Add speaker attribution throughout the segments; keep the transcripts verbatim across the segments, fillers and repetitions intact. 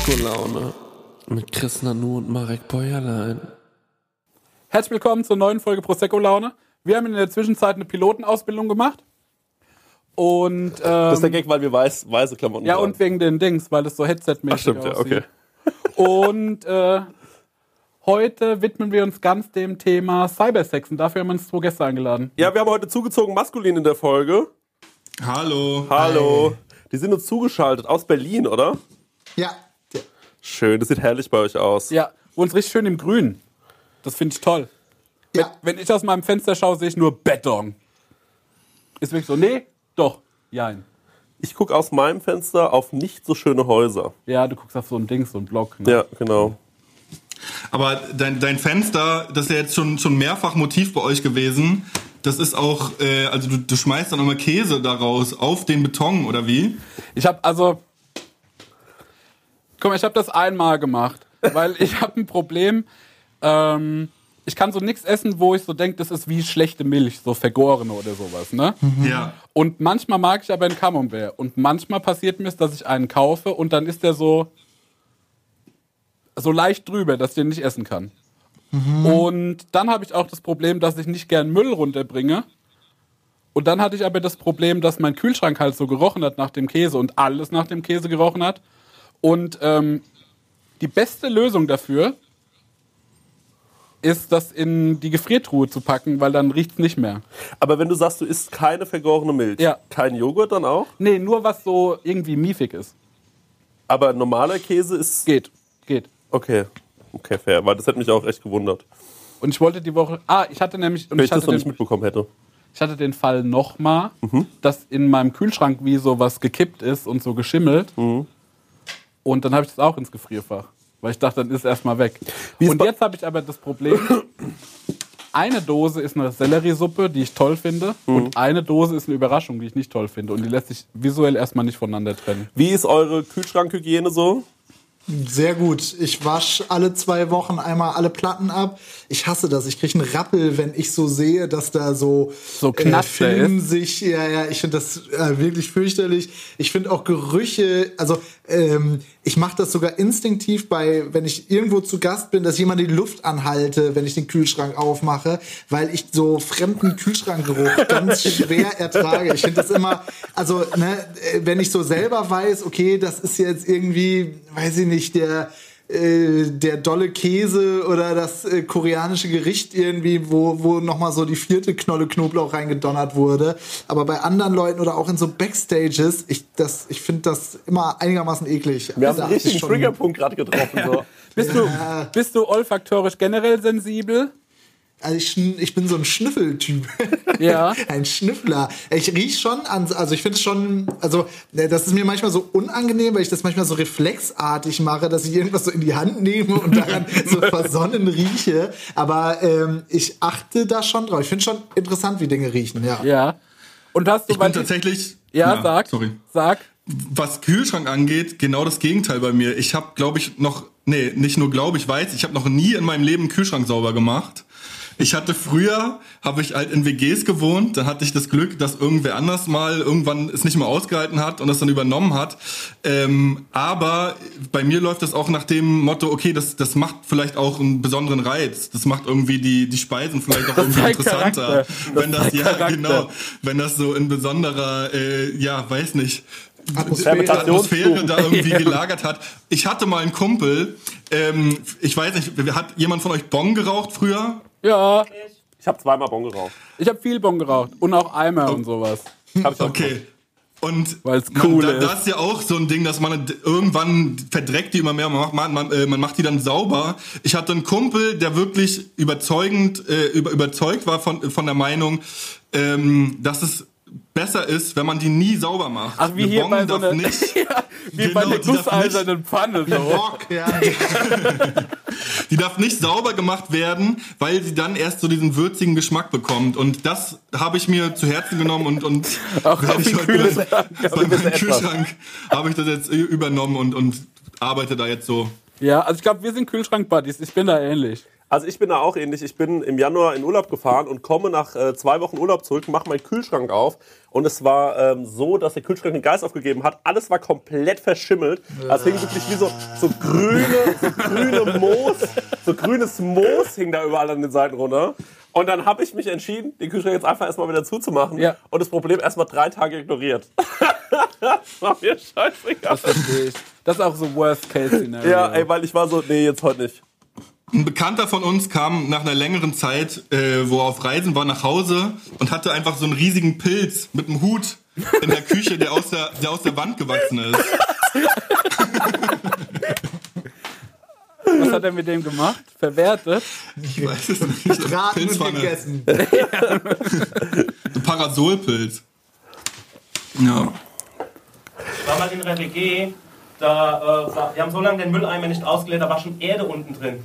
Speaker 1: Prosecco-Laune mit Chris Nanu und Marek Bäuerlein.
Speaker 2: Herzlich willkommen zur neuen Folge Prosecco-Laune. Wir haben in der Zwischenzeit eine Pilotenausbildung gemacht. Und, ähm,
Speaker 3: das ist der Gag, weil wir weiß, weiße Klamotten
Speaker 2: ja,
Speaker 3: tragen.
Speaker 2: und wegen den Dings, weil es so Headset-mäßig
Speaker 3: Ach, stimmt, ja,
Speaker 2: aussieht.
Speaker 3: okay.
Speaker 2: Und äh, heute widmen wir uns ganz dem Thema Cybersex. Und dafür haben wir uns zwei Gäste eingeladen.
Speaker 3: Ja, wir haben heute zugezogen maskulin in der Folge.
Speaker 4: Hallo.
Speaker 3: Hallo.
Speaker 4: Hi.
Speaker 3: Die sind uns zugeschaltet aus Berlin, oder?
Speaker 4: Ja.
Speaker 3: Schön, das sieht herrlich bei euch aus.
Speaker 2: Ja, uns richtig schön im Grün. Das finde ich toll.
Speaker 4: Ja.
Speaker 2: Wenn, wenn ich aus meinem Fenster schaue, sehe ich nur Beton. Ist wirklich so, nee, doch, jein.
Speaker 3: Ich gucke aus meinem Fenster auf nicht so schöne Häuser.
Speaker 2: Ja, du guckst auf so ein Ding, so ein Block. Ne?
Speaker 3: Ja, genau.
Speaker 4: Aber dein, dein Fenster, das ist ja jetzt schon, schon mehrfach Motiv bei euch gewesen. Das ist auch, äh, also du, du schmeißt dann immer Käse daraus auf den Beton, oder wie?
Speaker 2: Ich habe also, guck mal, ich habe das einmal gemacht, weil ich habe ein Problem. Ähm, ich kann so nichts essen, wo ich so denke, das ist wie schlechte Milch, so vergorene oder sowas, ne?
Speaker 4: Mhm. Ja.
Speaker 2: Und manchmal mag ich aber einen Camembert. Und manchmal passiert mir es, dass ich einen kaufe und dann ist der so, so leicht drüber, dass ich den nicht essen kann. Mhm. Und dann habe ich auch das Problem, dass ich nicht gern Müll runterbringe. Und dann hatte ich aber das Problem, dass mein Kühlschrank halt so gerochen hat nach dem Käse und alles nach dem Käse gerochen hat. Und ähm, die beste Lösung dafür ist, das in die Gefriertruhe zu packen, weil dann riecht's nicht mehr.
Speaker 3: Aber wenn du sagst, du isst keine vergorene Milch,
Speaker 2: Ja.
Speaker 3: kein Joghurt dann auch?
Speaker 2: Nee, nur was so irgendwie miefig ist.
Speaker 3: Aber normaler Käse ist...
Speaker 2: Geht, geht.
Speaker 3: Okay, okay, fair, weil das hätte mich auch echt gewundert.
Speaker 2: Und ich wollte die Woche... Ah, ich hatte nämlich... Und
Speaker 3: Wenn
Speaker 2: ich
Speaker 3: ich das
Speaker 2: hatte
Speaker 3: noch
Speaker 2: den,
Speaker 3: nicht mitbekommen hätte.
Speaker 2: Ich hatte den Fall nochmal,
Speaker 3: Mhm.
Speaker 2: dass in meinem Kühlschrank wie so was gekippt ist und so geschimmelt.
Speaker 3: Mhm.
Speaker 2: Und dann habe ich das auch ins Gefrierfach. Weil ich dachte, dann ist es erstmal weg.
Speaker 3: Wie ist
Speaker 2: Und
Speaker 3: bei-
Speaker 2: jetzt habe ich aber das Problem, eine Dose ist eine Selleriesuppe, die ich toll finde.
Speaker 3: Mhm.
Speaker 2: Und eine Dose ist eine Überraschung, die ich nicht toll finde. Und die lässt sich visuell erstmal nicht voneinander trennen.
Speaker 3: Wie ist eure Kühlschrankhygiene so?
Speaker 5: Sehr gut. Ich wasche alle zwei Wochen einmal alle Platten ab. Ich hasse das. Ich kriege einen Rappel, wenn ich so sehe, dass da so,
Speaker 2: So Knaster
Speaker 5: äh, Film
Speaker 2: ist.
Speaker 5: sich. Ja, ja, ich finde das äh, wirklich fürchterlich. Ich finde auch Gerüche, also ähm, ich mache das sogar instinktiv bei, wenn ich irgendwo zu Gast bin, dass jemand die Luft anhalte, wenn ich den Kühlschrank aufmache, weil ich so fremden Kühlschrankgeruch ganz schwer ertrage. Ich finde das immer, also ne, äh, wenn ich so selber weiß, okay, das ist jetzt irgendwie, weiß ich nicht, der äh, der dolle Käse oder das äh, koreanische Gericht irgendwie, wo wo noch mal so die vierte Knolle Knoblauch reingedonnert wurde. Aber bei anderen Leuten oder auch in so Backstages, ich das ich finde das immer einigermaßen eklig.
Speaker 3: Wir haben
Speaker 5: Da
Speaker 3: einen
Speaker 5: achte ich
Speaker 3: richtigen
Speaker 5: schon-
Speaker 3: Triggerpunkt gerade getroffen. So.
Speaker 2: Bist, du, bist du olfaktorisch generell sensibel?
Speaker 5: Also ich, schn- ich bin so ein Schnüffeltyp.
Speaker 2: Ja.
Speaker 5: Ein Schnüffler. Ich riech schon an, also ich finde es schon, also ne, das ist mir manchmal so unangenehm, weil ich das manchmal so reflexartig mache, dass ich irgendwas so in die Hand nehme und daran so versonnen rieche. Aber ähm, ich achte da schon drauf. Ich finde schon interessant, wie Dinge riechen, ja.
Speaker 2: Ja. Und hast du
Speaker 4: Ich
Speaker 2: weil
Speaker 4: bin tatsächlich...
Speaker 2: Ja, sag.
Speaker 4: Sorry.
Speaker 2: Sag.
Speaker 4: Was Kühlschrank angeht, genau das Gegenteil bei mir. Ich habe, glaube ich, noch... Nee, nicht nur glaube ich, weiß, ich habe noch nie in meinem Leben einen Kühlschrank sauber gemacht. Ich hatte früher, habe ich halt in W Gs gewohnt, dann hatte ich das Glück, dass irgendwer anders mal irgendwann es nicht mehr ausgehalten hat und das dann übernommen hat. Ähm, aber bei mir läuft das auch nach dem Motto, okay, das, das macht vielleicht auch einen besonderen Reiz. Das macht irgendwie die, die Speisen vielleicht auch irgendwie
Speaker 2: zeigt
Speaker 4: interessanter.
Speaker 2: Charakter. Das
Speaker 4: Wenn das,
Speaker 2: zeigt
Speaker 4: ja,
Speaker 2: Charakter.
Speaker 4: genau, wenn das so in besonderer, äh, ja, weiß nicht,
Speaker 5: Atmosphäre.
Speaker 4: Atmosphäre da irgendwie gelagert hat. Ich hatte mal einen Kumpel, ähm, ich weiß nicht, hat jemand von euch Bong geraucht früher?
Speaker 2: Ja.
Speaker 3: Ich habe zweimal Bon geraucht.
Speaker 2: Ich habe viel Bon geraucht. Und auch Eimer und sowas.
Speaker 3: Hab ich auch
Speaker 4: Okay. Und
Speaker 2: Weil's
Speaker 4: man-
Speaker 2: cool
Speaker 4: da,
Speaker 2: ist.
Speaker 4: das ist ja auch so ein Ding, dass man irgendwann verdreckt die immer mehr, man macht, man, man, äh, man macht die dann sauber. Ich hatte einen Kumpel, der wirklich überzeugend äh, über, überzeugt war von, von der Meinung, ähm, dass es besser ist, wenn man die nie sauber macht.
Speaker 2: Ach, wie
Speaker 4: Eine
Speaker 2: hier
Speaker 4: Bon
Speaker 2: bei so
Speaker 4: darf
Speaker 2: einer,
Speaker 4: nicht,
Speaker 2: ja, wie
Speaker 4: Genau,
Speaker 2: bei der
Speaker 4: die darf
Speaker 2: gusseisernen Pfanne. So.
Speaker 5: Rock, ja.
Speaker 4: Die darf nicht sauber gemacht werden, weil sie dann erst so diesen würzigen Geschmack bekommt. Und das habe ich mir zu Herzen genommen und, und
Speaker 2: Auch
Speaker 4: werde
Speaker 2: auf
Speaker 4: ich
Speaker 2: den
Speaker 4: heute
Speaker 2: Kühlschrank.
Speaker 4: bei meinem Kühlschrank habe ich das jetzt übernommen und, und arbeite da jetzt so.
Speaker 2: Ja, also ich glaube, wir sind Kühlschrank-Buddies. Ich bin da ähnlich.
Speaker 3: Also ich bin da auch ähnlich. Ich bin im Januar in Urlaub gefahren und komme nach äh, zwei Wochen Urlaub zurück, mache meinen Kühlschrank auf und es war ähm, so, dass der Kühlschrank den Geist aufgegeben hat. Alles war komplett verschimmelt. Also es hing wirklich wie so, so grüne, so grüne Moos, so grünes Moos hing da überall an den Seiten runter. Und dann habe ich mich entschieden, den Kühlschrank jetzt einfach erstmal wieder zuzumachen
Speaker 2: Ja.
Speaker 3: und das Problem erstmal drei Tage ignoriert. Das war mir scheißegal.
Speaker 2: Das verstehe ich. Das ist auch so Worst-Case-Szenario.
Speaker 3: Ja, ey, weil ich war so, nee, jetzt heute nicht.
Speaker 4: Ein Bekannter von uns kam nach einer längeren Zeit, äh, wo er auf Reisen war, nach Hause und hatte einfach so einen riesigen Pilz mit einem Hut in der Küche, der aus der, der, aus der Wand gewachsen ist.
Speaker 2: Was hat er mit dem gemacht? Verwertet?
Speaker 4: Ich weiß es nicht.
Speaker 5: Braten und
Speaker 4: Pilzpfanne.
Speaker 5: gegessen.
Speaker 4: Ein Parasolpilz. Ja.
Speaker 6: Ich war mal in einer W G, da, äh, war, wir haben so lange den Mülleimer nicht ausgeleert, da war schon Erde unten drin.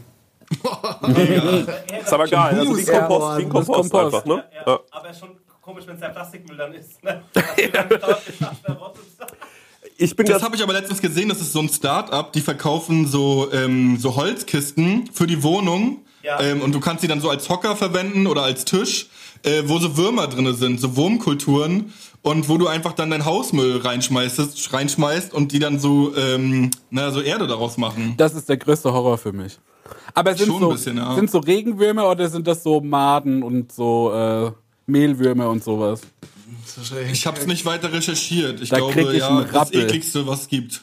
Speaker 3: Ist aber geil, also wie
Speaker 5: Ja,
Speaker 3: Kompost, wie ein
Speaker 5: das
Speaker 3: Kompost,
Speaker 2: Kompost.
Speaker 3: einfach, ne?
Speaker 6: Ja,
Speaker 3: Ja.
Speaker 6: aber ist schon komisch, wenn es der Plastikmüll dann ist. Ne? Das wird dann dort geschafft, verrottet.
Speaker 3: Ich bin
Speaker 4: Das
Speaker 3: ganz,
Speaker 4: habe ich aber letztens gesehen, das ist so ein Start-up, die verkaufen so, ähm, so Holzkisten für die Wohnung.
Speaker 6: Ja.
Speaker 4: Ähm, und du kannst die dann so als Hocker verwenden oder als Tisch, äh, wo so Würmer drin sind, so Wurmkulturen. Und wo du einfach dann dein Hausmüll reinschmeißt, reinschmeißt und die dann so, ähm, na, so Erde daraus machen.
Speaker 2: Das ist der größte Horror für mich. Aber sind
Speaker 4: Schon
Speaker 2: so,
Speaker 4: ein bisschen, ja.
Speaker 2: sind so Regenwürmer oder sind das so Maden und so äh, Mehlwürmer und sowas?
Speaker 4: Ich habe es nicht weiter recherchiert. Ich
Speaker 2: Da krieg
Speaker 4: glaube,
Speaker 2: ich
Speaker 4: ja,
Speaker 2: einen
Speaker 4: das
Speaker 2: Rappel.
Speaker 4: ekligste, was es gibt.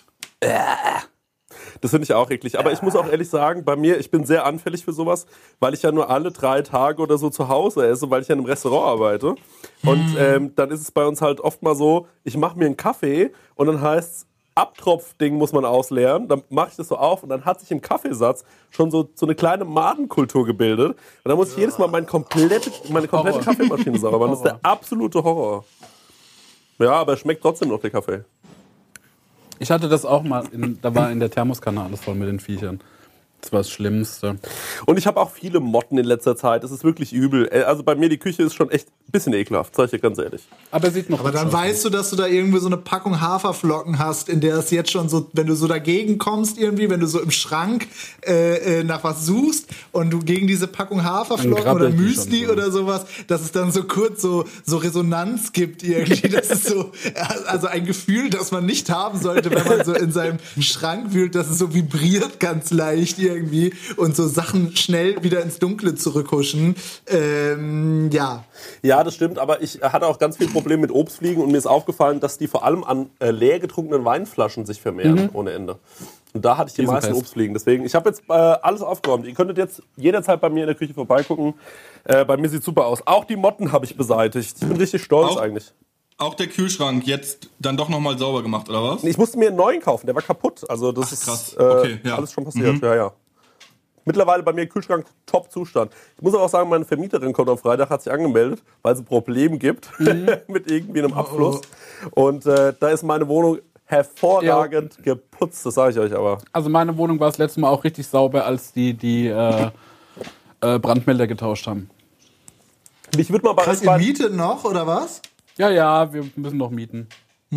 Speaker 3: das finde ich auch eklig. Aber ich muss auch ehrlich sagen, bei mir, ich bin sehr anfällig für sowas, weil ich ja nur alle drei Tage oder so zu Hause esse, weil ich ja in einem Restaurant arbeite. Und ähm, dann ist es bei uns halt oft mal so, ich mache mir einen Kaffee und dann heißt's, Abtropfding muss man ausleeren, dann mache ich das so auf und dann hat sich im Kaffeesatz schon so, so eine kleine Madenkultur gebildet. Und dann muss ich jedes Mal mein komplette, meine komplette
Speaker 2: Horror.
Speaker 3: Kaffeemaschine sauber machen. Das ist der absolute Horror. Ja, aber es schmeckt trotzdem noch, der Kaffee.
Speaker 2: Ich hatte das auch mal, in, da war in der Thermoskanne alles voll mit den Viechern. Das war das Schlimmste.
Speaker 3: Und ich habe auch viele Motten in letzter Zeit. Das ist wirklich übel. Also bei mir, die Küche ist schon echt ein bisschen ekelhaft, sag ich dir ganz ehrlich.
Speaker 2: Aber sieht noch
Speaker 5: Aber
Speaker 2: hübsch
Speaker 5: dann
Speaker 2: aus.
Speaker 5: weißt du, dass du da irgendwie so eine Packung Haferflocken hast, in der es jetzt schon so, wenn du so dagegen kommst irgendwie, wenn du so im Schrank äh, äh, nach was suchst und du gegen diese Packung
Speaker 2: Dann
Speaker 5: Haferflocken oder
Speaker 2: grabbelt die
Speaker 5: Müsli
Speaker 2: schon so.
Speaker 5: oder sowas, dass es dann so kurz so, so Resonanz gibt irgendwie. Das ist so, also ein Gefühl, das man nicht haben sollte, wenn man so in seinem Schrank wühlt, dass es so vibriert ganz leicht irgendwie und so Sachen schnell wieder ins Dunkle zurückhuschen. Ähm, ja.
Speaker 3: Ja, das stimmt, aber ich hatte auch ganz viel Probleme mit Obstfliegen und mir ist aufgefallen, dass die vor allem an äh, leer getrunkenen Weinflaschen sich vermehren, ohne Ende. Und da hatte ich die,
Speaker 2: Die sind
Speaker 3: meisten
Speaker 2: fest.
Speaker 3: Obstfliegen. Deswegen, ich habe jetzt äh, alles aufgeräumt. Ihr könntet jetzt jederzeit bei mir in der Küche vorbeigucken. Äh, bei mir sieht super aus. Auch die Motten habe ich beseitigt. Ich bin richtig stolz
Speaker 4: Auch?
Speaker 3: eigentlich.
Speaker 4: Auch der Kühlschrank jetzt dann doch nochmal sauber gemacht, oder was?
Speaker 3: Ich musste mir einen neuen kaufen, der war kaputt. Also das
Speaker 4: Ach,
Speaker 3: ist
Speaker 4: krass.
Speaker 3: äh,
Speaker 4: Okay, ja.
Speaker 3: alles schon passiert. Ja, ja. Mittlerweile bei mir Kühlschrank Top-Zustand. Ich muss aber auch sagen, meine Vermieterin kommt am Freitag, hat sich angemeldet, weil es ein Problem gibt mit irgendwie einem Abfluss. Und äh, da ist meine Wohnung hervorragend geputzt, das sage ich euch aber.
Speaker 2: Also meine Wohnung war das letzte Mal auch richtig sauber, als die die äh, äh, Brandmelder getauscht haben.
Speaker 3: Ich würde mal bei
Speaker 5: Krass,
Speaker 3: euch
Speaker 5: ihr
Speaker 3: beiden-
Speaker 5: mietet noch, oder was?
Speaker 2: Ja, ja, wir müssen noch mieten.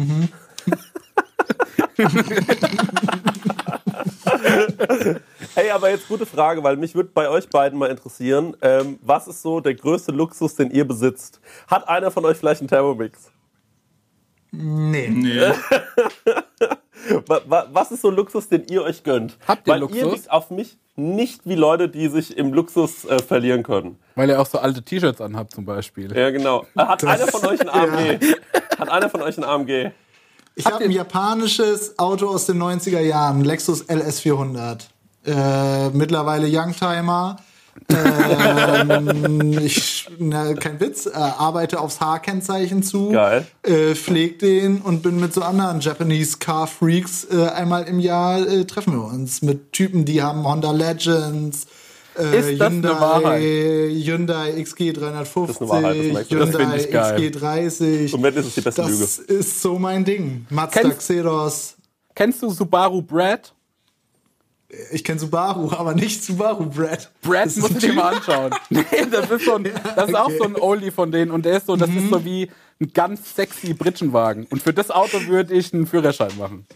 Speaker 3: Hey, aber jetzt gute Frage, weil mich würde bei euch beiden mal interessieren, ähm, was ist so der größte Luxus, den ihr besitzt? Hat einer von euch vielleicht einen Thermomix?
Speaker 5: Nee.
Speaker 4: Nee.
Speaker 3: Wa- wa- Was ist so Luxus, den ihr euch gönnt?
Speaker 2: Habt ihr
Speaker 3: Weil
Speaker 2: Luxus?
Speaker 3: ihr wirkt auf mich nicht wie Leute, die sich im Luxus äh, verlieren können.
Speaker 2: Weil ihr auch so alte T-Shirts anhabt zum Beispiel.
Speaker 3: Ja, genau. Hat einer von euch ein A M G? Hat einer von euch ein A M G?
Speaker 5: Ich habe ein japanisches Auto aus den neunziger Jahren, Lexus L S vierhundert. Äh, mittlerweile Youngtimer. ähm, ich, na, kein Witz, äh, arbeite aufs H-Kennzeichen zu,
Speaker 3: Geil.
Speaker 5: äh, pfleg den und bin mit so anderen Japanese Car Freaks äh, einmal im Jahr äh, treffen wir uns. Mit Typen, die haben Honda Legends, äh,
Speaker 2: Ist das eine Wahrheit?
Speaker 5: Hyundai, Hyundai X G dreihundertfünfzig,
Speaker 3: Das ist eine Wahrheit, das merkst du.
Speaker 2: Das
Speaker 5: Hyundai
Speaker 2: find ich geil.
Speaker 5: X G dreißig.
Speaker 3: Und wenn ist es die beste
Speaker 5: Das
Speaker 3: Lüge.
Speaker 5: ist so mein Ding. Mazda
Speaker 2: Kennst-
Speaker 5: Xeros.
Speaker 2: Kennst du Subaru Brad?
Speaker 5: Ich kenne Subaru, aber nicht Subaru Brad.
Speaker 2: Brad
Speaker 5: Das ist
Speaker 2: musst
Speaker 5: ein
Speaker 2: du dir
Speaker 5: Typ.
Speaker 2: mal anschauen. Nee, das ist, so ein, das ist auch
Speaker 5: okay.
Speaker 2: so ein Oldie von denen und der ist so, das ist so wie ein ganz sexy Britschenwagen. Und für das Auto würde ich einen Führerschein machen.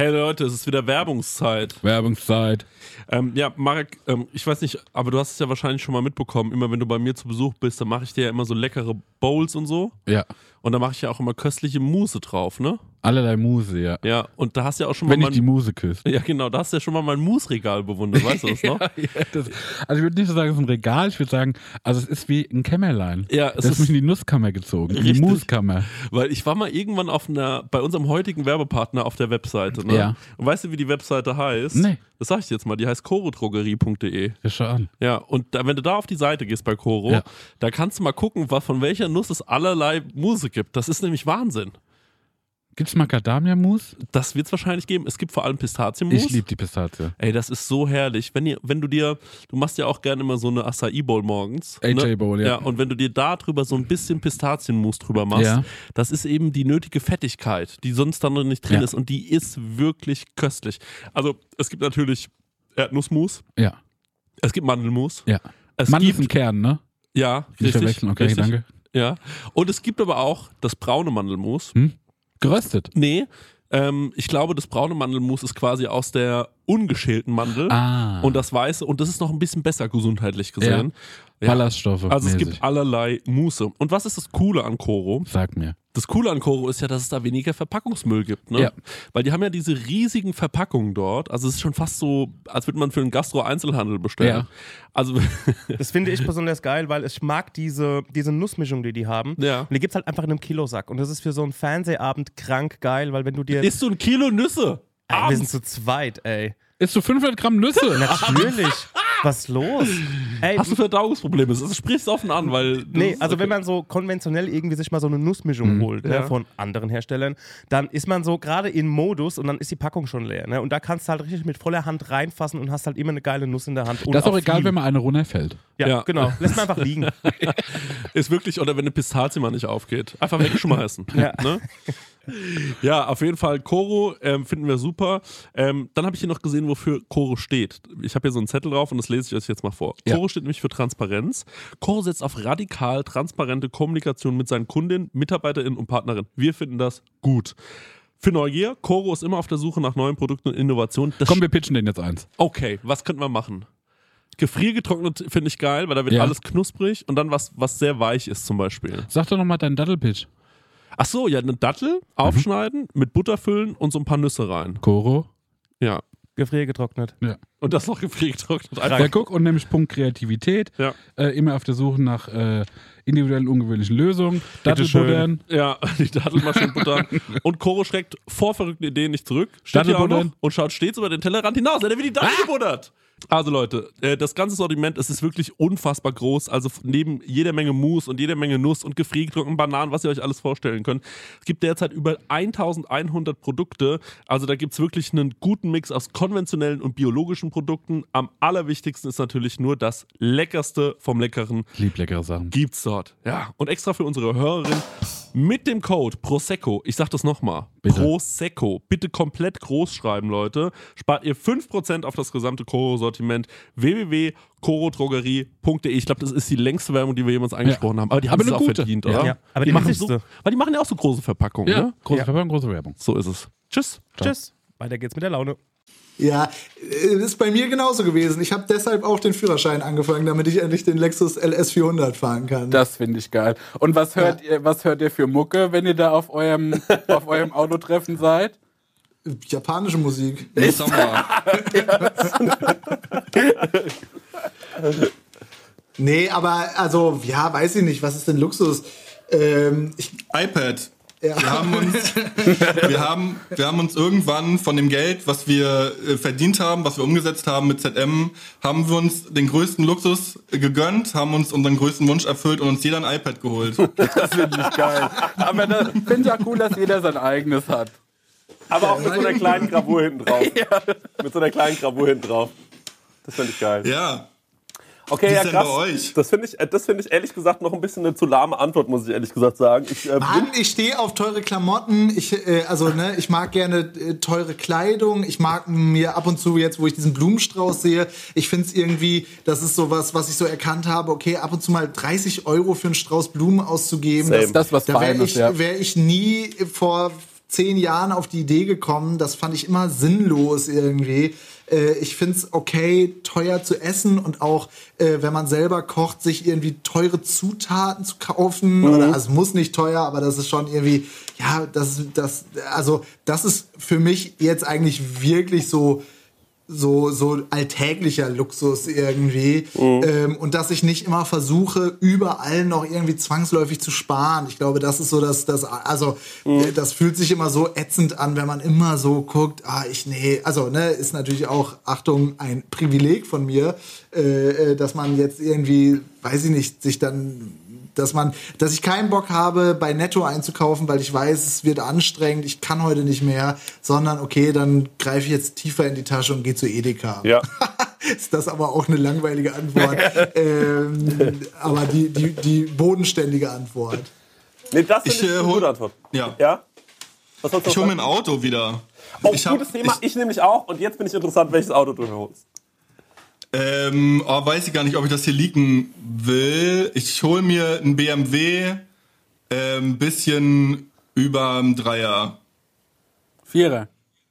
Speaker 7: Hey Leute, es ist wieder Werbungszeit.
Speaker 2: Werbungszeit.
Speaker 7: Ähm, ja, Marek, ähm, ich weiß nicht, aber du hast es ja wahrscheinlich schon mal mitbekommen. Immer wenn du bei mir zu Besuch bist, dann mache ich dir ja immer so leckere Bowls und so.
Speaker 2: Ja.
Speaker 7: Und da mache ich ja auch immer köstliche Mousse drauf, ne?
Speaker 2: Allerlei Muse, ja.
Speaker 7: Ja, und da hast du ja auch schon mal
Speaker 2: Wenn ich
Speaker 7: mein,
Speaker 2: die Muse küsse.
Speaker 7: ja genau, da hast du ja schon mal mein Mousse-Regal bewundert, weißt du das noch?
Speaker 2: ja, ja, das, also ich würde nicht so sagen, es ist ein Regal, ich würde sagen, also es ist wie ein Kämmerlein.
Speaker 7: Ja, es
Speaker 2: das ist
Speaker 7: ist
Speaker 2: mich in die Nusskammer gezogen, in die
Speaker 7: Richtig.
Speaker 2: Muskammer.
Speaker 7: Weil ich war mal irgendwann auf einer, bei unserem heutigen Werbepartner auf der Webseite, ne?
Speaker 2: Ja.
Speaker 7: Und weißt du, wie die Webseite heißt?
Speaker 2: Nee.
Speaker 7: Das sag ich dir jetzt mal, die heißt chorodrogerie punkt de.
Speaker 2: Ja, schau an.
Speaker 7: Ja, und da, wenn du da auf die Seite gehst bei Choro,
Speaker 2: Ja.
Speaker 7: da kannst du mal gucken, was, von welcher Nuss es allerlei Muse gibt. Das ist nämlich Wahnsinn.
Speaker 2: Gibt's Macadamia-Mousse?
Speaker 7: Das wird es wahrscheinlich geben. Es gibt vor allem Pistazienmus.
Speaker 2: Ich liebe die Pistazie.
Speaker 7: Ey, das ist so herrlich. Wenn, ihr, wenn du dir, du machst ja auch gerne immer so eine Acai-Bowl morgens.
Speaker 2: A J Bowl, ja.
Speaker 7: Ja, und wenn du dir da drüber so ein bisschen Pistazienmus drüber machst,
Speaker 2: Ja.
Speaker 7: das ist eben die nötige Fettigkeit, die sonst dann noch nicht drin
Speaker 2: Ja.
Speaker 7: ist. Und die ist wirklich köstlich. Also, es gibt natürlich Erdnussmus,
Speaker 2: Ja,
Speaker 7: es gibt Mandelmus.
Speaker 2: ja.
Speaker 7: Es
Speaker 2: Mandel
Speaker 7: gibt,
Speaker 2: ist ein Kern, ne?
Speaker 7: ja,
Speaker 2: Nicht
Speaker 7: richtig,
Speaker 2: verwechseln, okay,
Speaker 7: richtig.
Speaker 2: danke.
Speaker 7: Ja. Und es gibt aber auch das braune Mandelmus.
Speaker 2: Hm? Geröstet.
Speaker 7: Nee, ähm, ich glaube, das braune Mandelmus ist quasi aus der ungeschälten Mandel.
Speaker 2: Ah.
Speaker 7: Und das weiße, und das ist noch ein bisschen besser gesundheitlich gesehen. Ja.
Speaker 2: Ballaststoffe.
Speaker 7: Also es
Speaker 2: mäßig.
Speaker 7: gibt allerlei Muße. Und was ist das Coole an Choro?
Speaker 2: Sag mir.
Speaker 7: Das Coole an Choro ist ja, dass es da weniger Verpackungsmüll gibt. Ne?
Speaker 2: Ja.
Speaker 7: Weil die haben ja diese riesigen Verpackungen dort. Also es ist schon fast so, als würde man für einen Gastro-Einzelhandel bestellen.
Speaker 2: Ja.
Speaker 7: Also
Speaker 6: Das finde ich besonders geil, weil ich mag diese, diese Nussmischung, die die haben.
Speaker 7: Ja.
Speaker 6: Und die gibt's halt einfach in einem Kilosack. Und das ist für so einen Fernsehabend krank geil, weil wenn du dir...
Speaker 7: isst du ein Kilo Nüsse?
Speaker 6: Ey, wir sind
Speaker 7: Abends?
Speaker 6: zu zweit, ey.
Speaker 2: Isst du fünfhundert Gramm Nüsse?
Speaker 6: Natürlich. Was ist los? Ey,
Speaker 7: Hast du Verdauungsprobleme? Das sprichst du offen an, weil...
Speaker 6: nee,
Speaker 7: das-
Speaker 6: also
Speaker 7: okay.
Speaker 6: wenn man so konventionell irgendwie sich mal so eine Nussmischung holt, ne,
Speaker 7: Ja.
Speaker 6: von anderen Herstellern, dann ist man so gerade in Modus und dann ist die Packung schon leer. Ne? Und da kannst du halt richtig mit voller Hand reinfassen und hast halt immer eine geile Nuss in der Hand. Und
Speaker 2: Das ist auch egal,
Speaker 6: viel.
Speaker 2: wenn mal eine runterfällt.
Speaker 6: Ja,
Speaker 7: Ja.
Speaker 6: genau. Lässt man einfach liegen.
Speaker 7: Ist wirklich, oder wenn eine Pistazie mal nicht aufgeht. Einfach wegschmeißen.
Speaker 6: Ja.
Speaker 7: Ne? Ja, auf jeden Fall. Choro ähm, finden wir super. Ähm, dann habe ich hier noch gesehen, wofür Choro steht. Ich habe hier so einen Zettel drauf und das lese ich euch jetzt mal vor.
Speaker 2: Ja.
Speaker 7: Choro steht nämlich für Transparenz. Choro setzt auf radikal transparente Kommunikation mit seinen Kundinnen, MitarbeiterInnen und Partnerinnen. Wir finden das gut. Für Neugier, Choro ist immer auf der Suche nach neuen Produkten und Innovationen. Das
Speaker 2: Komm, wir pitchen den jetzt eins.
Speaker 7: Okay, was könnten wir machen? Gefriergetrocknet finde ich geil, weil da wird
Speaker 2: Ja.
Speaker 7: alles knusprig und dann was, was sehr weich ist zum Beispiel.
Speaker 2: Sag doch nochmal deinen Dattelpitch.
Speaker 7: Ach so, ja, eine Dattel aufschneiden, mit Butter füllen und so ein paar Nüsse rein.
Speaker 2: Koro.
Speaker 7: Ja.
Speaker 6: Gefriergetrocknet.
Speaker 2: Ja.
Speaker 7: Und das noch gefriergetrocknet.
Speaker 2: Ja,
Speaker 7: Einfach.
Speaker 2: guck, und nämlich Punkt Kreativität.
Speaker 7: Ja.
Speaker 2: Äh, immer auf der Suche nach äh, individuellen, ungewöhnlichen Lösungen. Dattelbuddern.
Speaker 7: Ja, die Dattelmaschinen buttern. Und Choro schreckt vor verrückten Ideen nicht zurück. Steht hier auch noch
Speaker 2: Dattelbuddern.
Speaker 7: und schaut stets über den Tellerrand hinaus. Er hat wie die Dattel gebuddert. Also Leute, äh, das ganze Sortiment, es ist wirklich unfassbar groß. Also f- neben jeder Menge Mousse und jeder Menge Nuss und gefriergetrockneten Bananen, was ihr euch alles vorstellen könnt. Es gibt derzeit über eintausendeinhundert Produkte. Also da gibt es wirklich einen guten Mix aus konventionellen und biologischen Produkten. Am allerwichtigsten ist natürlich nur das Leckerste vom Leckeren.
Speaker 2: Ich lieb leckere Sachen.
Speaker 7: Gibt's dort. Ja. Und extra für unsere Hörerin mit dem Code Prosecco, ich sag das nochmal,
Speaker 2: Bitte.
Speaker 7: Prosecco, bitte komplett groß schreiben, Leute, spart ihr fünf Prozent auf das gesamte Choro-Sortiment. w w w punkt chorodrogerie punkt de. Ich glaube, das ist die längste Werbung, die wir jemals angesprochen haben. Aber die haben
Speaker 2: Aber
Speaker 7: es
Speaker 2: eine
Speaker 7: auch
Speaker 2: gute.
Speaker 7: verdient,
Speaker 2: Ja.
Speaker 7: oder?
Speaker 6: Ja, aber die
Speaker 7: machen so,
Speaker 6: wichtigste.
Speaker 7: weil die machen ja auch so große Verpackungen,
Speaker 2: Ja,
Speaker 7: ne?
Speaker 2: große
Speaker 6: Ja.
Speaker 2: Verpackung, große Werbung.
Speaker 7: So ist es. Tschüss.
Speaker 6: Tschüss. Weiter geht's mit der Laune.
Speaker 5: Ja, äh, ist bei mir genauso gewesen. Ich habe deshalb auch den Führerschein angefangen, damit ich endlich den Lexus L S vierhundert fahren kann.
Speaker 2: Das finde ich geil. Und was hört ihr, was hört ihr für Mucke, wenn ihr da auf eurem, auf eurem Autotreffen seid?
Speaker 5: Japanische Musik.
Speaker 4: Sommer.
Speaker 5: Nee, aber also, ja, weiß ich nicht, was ist denn Luxus? Ähm, ich,
Speaker 4: iPad.
Speaker 5: ja.
Speaker 4: Wir haben, uns, wir, haben, wir haben uns irgendwann von dem Geld, was wir äh, verdient haben, was wir umgesetzt haben mit Z M, haben wir uns den größten Luxus äh, gegönnt, haben uns unseren größten Wunsch erfüllt und uns jeder ein iPad geholt.
Speaker 2: Das finde ich geil. Aber das finde ich ja cool, dass jeder sein eigenes hat.
Speaker 3: Aber auch mit so einer kleinen Gravur hinten drauf. Mit so einer kleinen Gravur hinten drauf. Das finde ich geil.
Speaker 4: Ja.
Speaker 3: Okay,
Speaker 4: Wie
Speaker 3: ja
Speaker 4: ist denn
Speaker 3: krass.
Speaker 4: bei euch?
Speaker 3: Das finde ich, äh, das finde ich ehrlich gesagt noch ein bisschen eine zu lahme Antwort, muss ich ehrlich gesagt sagen. Ich, äh,
Speaker 5: Mann, ich stehe auf teure Klamotten. Ich, äh, also, ne, ich mag gerne äh, teure Kleidung. Ich mag mir ab und zu jetzt, wo ich diesen Blumenstrauß sehe, ich finde es irgendwie, das ist sowas, was ich so erkannt habe, okay, ab und zu mal dreißig Euro für einen Strauß Blumen auszugeben.
Speaker 3: Same.
Speaker 5: Das,
Speaker 2: Das ist was
Speaker 5: da wäre
Speaker 2: Feines,
Speaker 5: ich,
Speaker 2: ja.
Speaker 5: wär ich nie vor zehn Jahren auf die Idee gekommen. Das fand ich immer sinnlos irgendwie. Äh, ich finde es okay, teuer zu essen und auch, äh, wenn man selber kocht, sich irgendwie teure Zutaten zu kaufen. Mhm. Oder, also es muss nicht teuer, aber das ist schon irgendwie, ja, das, das, also das ist für mich jetzt eigentlich wirklich so so so alltäglicher Luxus irgendwie. Mhm. Ähm, und dass ich nicht immer versuche, überall noch irgendwie zwangsläufig zu sparen. Ich glaube, das ist so, dass das, also mhm. das fühlt sich immer so ätzend an, wenn man immer so guckt, ah, ich, nee, also, ne, ist natürlich auch, Achtung, ein Privileg von mir, äh, dass man jetzt irgendwie, weiß ich nicht, sich dann dass man, dass ich keinen Bock habe, bei Netto einzukaufen, weil ich weiß, es wird anstrengend, ich kann heute nicht mehr, sondern okay, dann greife ich jetzt tiefer in die Tasche und gehe zu Edeka.
Speaker 3: Ja.
Speaker 5: Ist das aber auch eine langweilige Antwort. ähm, aber die, die, die bodenständige Antwort.
Speaker 3: Nee, das ist
Speaker 4: ich,
Speaker 3: eine
Speaker 4: äh,
Speaker 3: gute Antwort.
Speaker 4: Ja.
Speaker 3: Ja? Was sollst du
Speaker 4: Ich hole mir
Speaker 3: sagen?
Speaker 4: ein Auto wieder.
Speaker 3: Oh,
Speaker 4: ich hab,
Speaker 3: gutes Thema.
Speaker 4: Ich,
Speaker 3: Ich nämlich auch. Und jetzt bin ich interessant, welches Auto du holst.
Speaker 4: Ähm, oh, weiß ich gar nicht, ob ich das hier leaken will. Ich hole mir ein B M W, ähm, bisschen über ein Dreier.
Speaker 2: Vierer.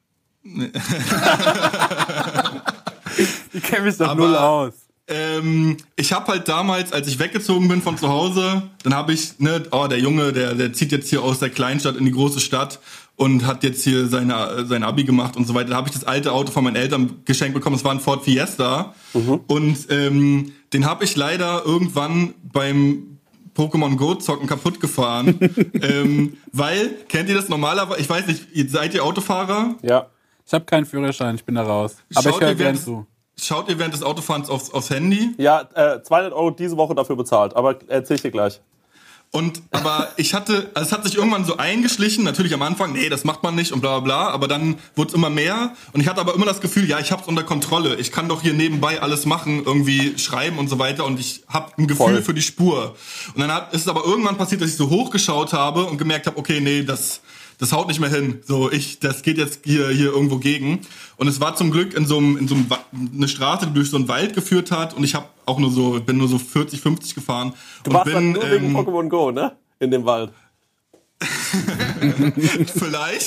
Speaker 2: Ich kenne mich doch
Speaker 4: Aber,
Speaker 2: null aus.
Speaker 4: Ähm, ich habe halt damals, als ich weggezogen bin von zu Hause, dann habe ich, ne, oh, der Junge, der, der zieht jetzt hier aus der Kleinstadt in die große Stadt und hat jetzt hier seine, sein Abi gemacht und so weiter. Da habe ich das alte Auto von meinen Eltern geschenkt bekommen. Das war ein Ford Fiesta. Mhm. Und ähm, den habe ich leider irgendwann beim Pokémon Go zocken kaputt gefahren. ähm, weil, kennt ihr das normalerweise? Ich weiß nicht, seid ihr Autofahrer?
Speaker 2: Ja. Ich habe keinen Führerschein, ich bin da raus. Aber
Speaker 4: Schaut
Speaker 2: ich höre
Speaker 4: ihr
Speaker 2: gern
Speaker 4: während-
Speaker 2: zu.
Speaker 4: Schaut ihr während des Autofahrens aufs, aufs Handy?
Speaker 3: Ja, äh, zweihundert Euro diese Woche dafür bezahlt. Aber erzähl ich dir gleich.
Speaker 4: Und, aber ich hatte, also es hat sich irgendwann so eingeschlichen, natürlich am Anfang, nee, das macht man nicht und bla bla bla, aber dann wurde es immer mehr und ich hatte aber immer das Gefühl, ja, ich hab's unter Kontrolle, ich kann doch hier nebenbei alles machen, irgendwie schreiben und so weiter und ich hab ein Gefühl
Speaker 3: Voll.
Speaker 4: für die Spur. Und dann hat, ist es aber irgendwann passiert, dass ich so hochgeschaut habe und gemerkt habe, okay, nee, das, das haut nicht mehr hin, so, ich, das geht jetzt hier, hier irgendwo gegen. Und es war zum Glück in so einem, in so einem, Wa- eine Straße, die durch so einen Wald geführt hat und ich habe auch nur so, bin nur so vierzig, fünfzig gefahren.
Speaker 3: Du
Speaker 4: und
Speaker 3: warst
Speaker 4: bin,
Speaker 3: dann nur wegen
Speaker 4: ähm,
Speaker 3: Pokémon Go, ne? In dem Wald.
Speaker 4: Vielleicht.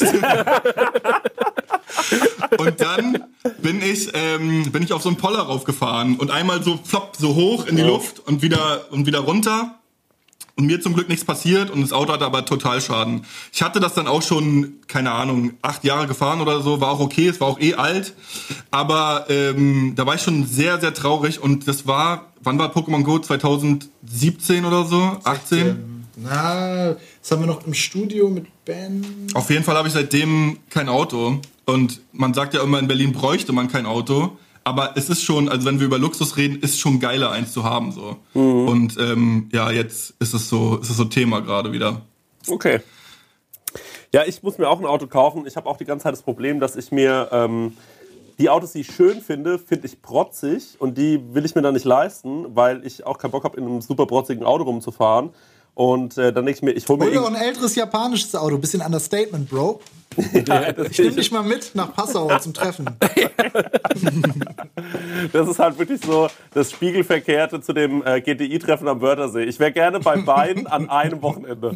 Speaker 4: Und dann bin ich, ähm, bin ich auf so einen Poller raufgefahren und einmal so plopp, so hoch in die
Speaker 3: Ja.
Speaker 4: Luft und wieder, und wieder runter. Und mir zum Glück nichts passiert und das Auto hatte aber total Schaden. Ich hatte das dann auch schon, keine Ahnung, acht Jahre gefahren oder so, war auch okay, es war auch eh alt. Aber ähm, da war ich schon sehr, sehr traurig und das war, wann war Pokémon Go? zwanzig siebzehn oder so? achtzehn?
Speaker 5: Na, das haben wir noch im Studio mit Ben.
Speaker 4: Auf jeden Fall habe ich seitdem kein Auto. Und man sagt ja immer, in Berlin bräuchte man kein Auto. Aber es ist schon, also wenn wir über Luxus reden, ist schon geiler, eins zu haben. So. Mhm. Und ähm, ja, jetzt ist es so, ist es so Thema gerade wieder.
Speaker 3: Okay. Ja, ich muss mir auch ein Auto kaufen. Ich habe auch die ganze Zeit das Problem, dass ich mir ähm, die Autos, die ich schön finde, finde ich protzig. Und die will ich mir dann nicht leisten, weil ich auch keinen Bock habe, in einem super protzigen Auto rumzufahren. Und äh, dann denke ich mir, ich hole mir...
Speaker 5: Oder
Speaker 3: irgend-
Speaker 5: ein älteres japanisches Auto. Bisschen Understatement, Bro.
Speaker 3: Ja, das,
Speaker 5: Ich nehme dich mal mit nach Passau zum Treffen.
Speaker 3: das ist halt wirklich so das Spiegelverkehrte zu dem äh, G T I-Treffen am Wörthersee. Ich wäre gerne bei beiden an einem Wochenende.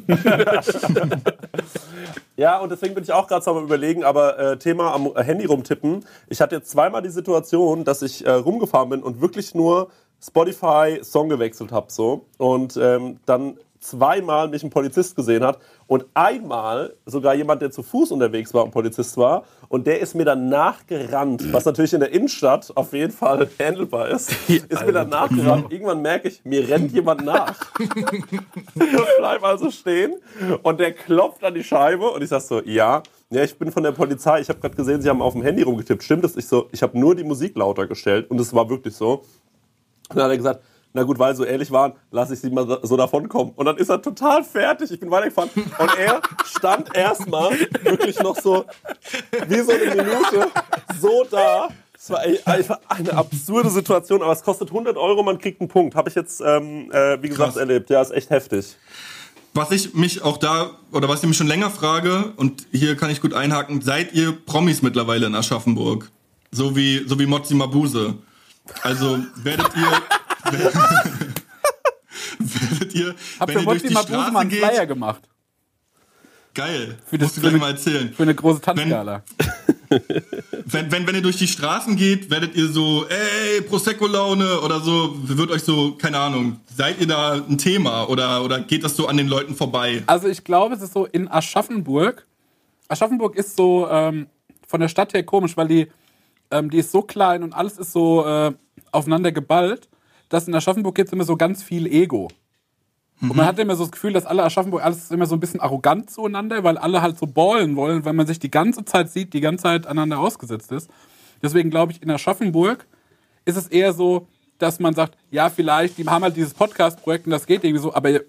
Speaker 3: Ja, und deswegen bin ich auch gerade so am Überlegen, aber äh, Thema am Handy rumtippen. Ich hatte jetzt zweimal die Situation, dass ich äh, rumgefahren bin und wirklich nur Spotify-Song gewechselt habe. So. Und ähm, dann zweimal mich ein Polizist gesehen hat und einmal sogar jemand, der zu Fuß unterwegs war und Polizist war, und der ist mir dann nachgerannt, was natürlich in der Innenstadt auf jeden Fall handelbar ist, ist mir dann nachgerannt. Irgendwann merke ich, mir rennt jemand nach. Ich bleib also stehen und der klopft an die Scheibe und ich sag so, ja, ja, ich bin von der Polizei, ich habe gerade gesehen, Sie haben auf dem Handy rumgetippt, stimmt das? Ich so, ich habe nur die Musik lauter gestellt und es war wirklich so. Und dann hat er gesagt, na gut, weil sie so ehrlich waren, lasse ich sie mal so davonkommen. Und dann ist er total fertig. Ich bin weitergefahren. Und er stand erstmal wirklich noch so, wie so eine Minute, so da. Es war einfach eine absurde Situation, aber es kostet hundert Euro, man kriegt einen Punkt. Habe ich jetzt, ähm, äh, wie gesagt,
Speaker 4: Krass.
Speaker 3: erlebt. Ja, ist echt heftig.
Speaker 4: Was ich mich auch da, oder was ich mich schon länger frage, und hier kann ich gut einhaken, seid ihr Promis mittlerweile in Aschaffenburg? So wie, so wie Mozzi Mabuse. Also werdet ihr... werdet ihr,
Speaker 2: Hab
Speaker 4: wenn
Speaker 2: für
Speaker 4: ihr durch
Speaker 2: Mozzi
Speaker 4: die
Speaker 2: Mabuse mal
Speaker 4: Straße
Speaker 2: einen
Speaker 4: geht...
Speaker 2: Flyer gemacht.
Speaker 4: Geil.
Speaker 2: Für das-
Speaker 4: Musst du gleich
Speaker 2: für
Speaker 4: mal erzählen.
Speaker 2: Für eine große Tanzgala.
Speaker 4: Wenn, wenn, wenn ihr durch die Straßen geht, werdet ihr so, ey, Prosecco-Laune oder so, wird euch so, keine Ahnung, seid ihr da ein Thema oder, oder geht das so an den Leuten vorbei?
Speaker 2: Also ich glaube, es ist so in Aschaffenburg. Aschaffenburg ist so ähm, von der Stadt her komisch, weil die, ähm, die ist so klein und alles ist so äh, aufeinander geballt, dass in Aschaffenburg gibt es immer so ganz viel Ego. Und man hat immer so das Gefühl, dass alle Aschaffenburg, alles ist immer so ein bisschen arrogant zueinander, weil alle halt so ballen wollen, weil man sich die ganze Zeit sieht, die ganze Zeit aneinander ausgesetzt ist. Deswegen glaube ich, in Aschaffenburg ist es eher so, dass man sagt, ja, vielleicht, die haben halt dieses Podcast-Projekt und das geht irgendwie so, aber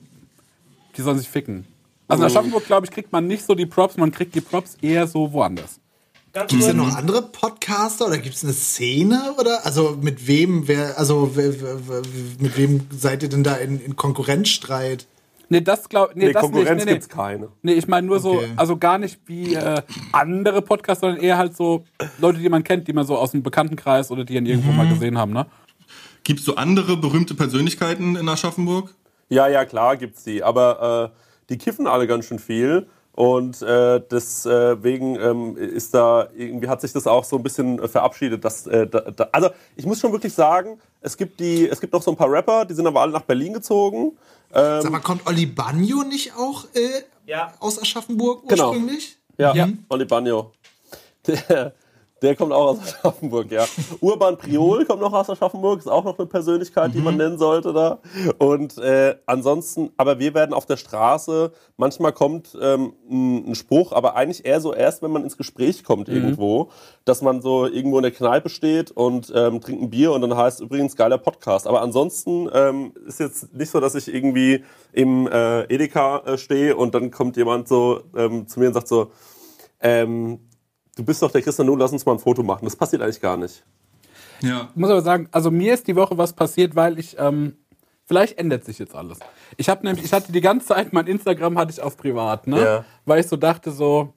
Speaker 2: die sollen sich ficken. Also in Aschaffenburg, glaube ich, kriegt man nicht so die Props, man kriegt die Props eher so woanders.
Speaker 5: Gibt es denn noch andere Podcaster oder gibt es eine Szene oder also mit wem wer also wer, wer, wer, mit wem seid ihr denn da in, in Konkurrenzstreit?
Speaker 2: Nee, das glaube nee,
Speaker 3: Nee,
Speaker 2: das
Speaker 3: Konkurrenz
Speaker 2: nicht. Nee, nee.
Speaker 3: gibt's keine.
Speaker 2: Nee, ich meine nur so,
Speaker 5: Okay.
Speaker 2: also gar nicht wie äh, andere Podcasts, sondern eher halt so Leute, die man kennt, die man so aus dem Bekanntenkreis oder die ihn irgendwo mal gesehen haben, ne?
Speaker 4: Gibt es so andere berühmte Persönlichkeiten in Aschaffenburg?
Speaker 3: Ja, ja, klar gibt's die. Aber äh, die kiffen alle ganz schön viel. Und äh, deswegen ähm, ist da, irgendwie hat sich das auch so ein bisschen äh, verabschiedet. Dass, äh, da, da, also ich muss schon wirklich sagen, es gibt, die, es gibt noch so ein paar Rapper, die sind aber alle nach Berlin gezogen. Ähm,
Speaker 5: Sag mal, kommt Oli Bagno nicht auch äh,
Speaker 6: Ja.
Speaker 5: aus Aschaffenburg
Speaker 3: Genau.
Speaker 5: ursprünglich?
Speaker 3: Ja,
Speaker 2: Ja.
Speaker 3: Oli Bagno. Der, der kommt auch aus Aschaffenburg, ja. Urban Priol kommt noch aus Aschaffenburg, ist auch noch eine Persönlichkeit, die man nennen sollte da. Und äh, ansonsten, aber wir werden auf der Straße, manchmal kommt ähm, ein, ein Spruch, aber eigentlich eher so erst, wenn man ins Gespräch kommt irgendwo, dass man so irgendwo in der Kneipe steht und ähm, trinkt ein Bier und dann heißt übrigens geiler Podcast. Aber ansonsten ähm, ist jetzt nicht so, dass ich irgendwie im äh, Edeka äh, stehe und dann kommt jemand so ähm, zu mir und sagt so, ähm, du bist doch der Christian Nu, lass uns mal ein Foto machen. Das passiert eigentlich gar nicht.
Speaker 4: Ja.
Speaker 2: Ich muss aber sagen, also mir ist die Woche was passiert, weil ich, ähm, vielleicht ändert sich jetzt alles. Ich habe nämlich, ich hatte die ganze Zeit, mein Instagram hatte ich auf privat, ne?
Speaker 3: Ja.
Speaker 2: Weil ich so dachte so,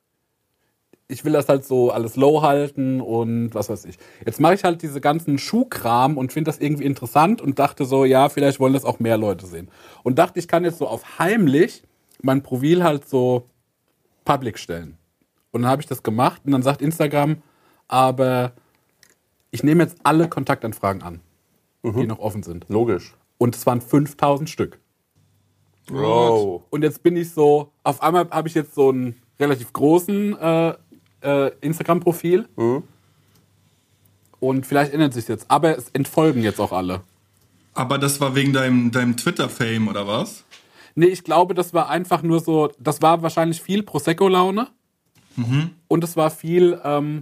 Speaker 2: ich will das halt so alles low halten und was weiß ich. Jetzt mache ich halt diese ganzen Schuhkram und finde das irgendwie interessant und dachte so, ja, vielleicht wollen das auch mehr Leute sehen. Und dachte, ich kann jetzt so auf heimlich mein Profil halt so public stellen. Und dann habe ich das gemacht und dann sagt Instagram, aber ich nehme jetzt alle Kontaktanfragen an, die noch offen sind.
Speaker 3: Logisch.
Speaker 2: Und es waren fünftausend Stück.
Speaker 3: Bro.
Speaker 2: Und jetzt bin ich so, auf einmal habe ich jetzt so einen relativ großen äh, äh, Instagram-Profil. Und vielleicht ändert sich jetzt. Aber es entfolgen jetzt auch alle.
Speaker 4: Aber das war wegen deinem, deinem Twitter-Fame oder was?
Speaker 2: Nee, ich glaube, das war einfach nur so, das war wahrscheinlich viel Prosecco-Laune. Und es war viel ähm,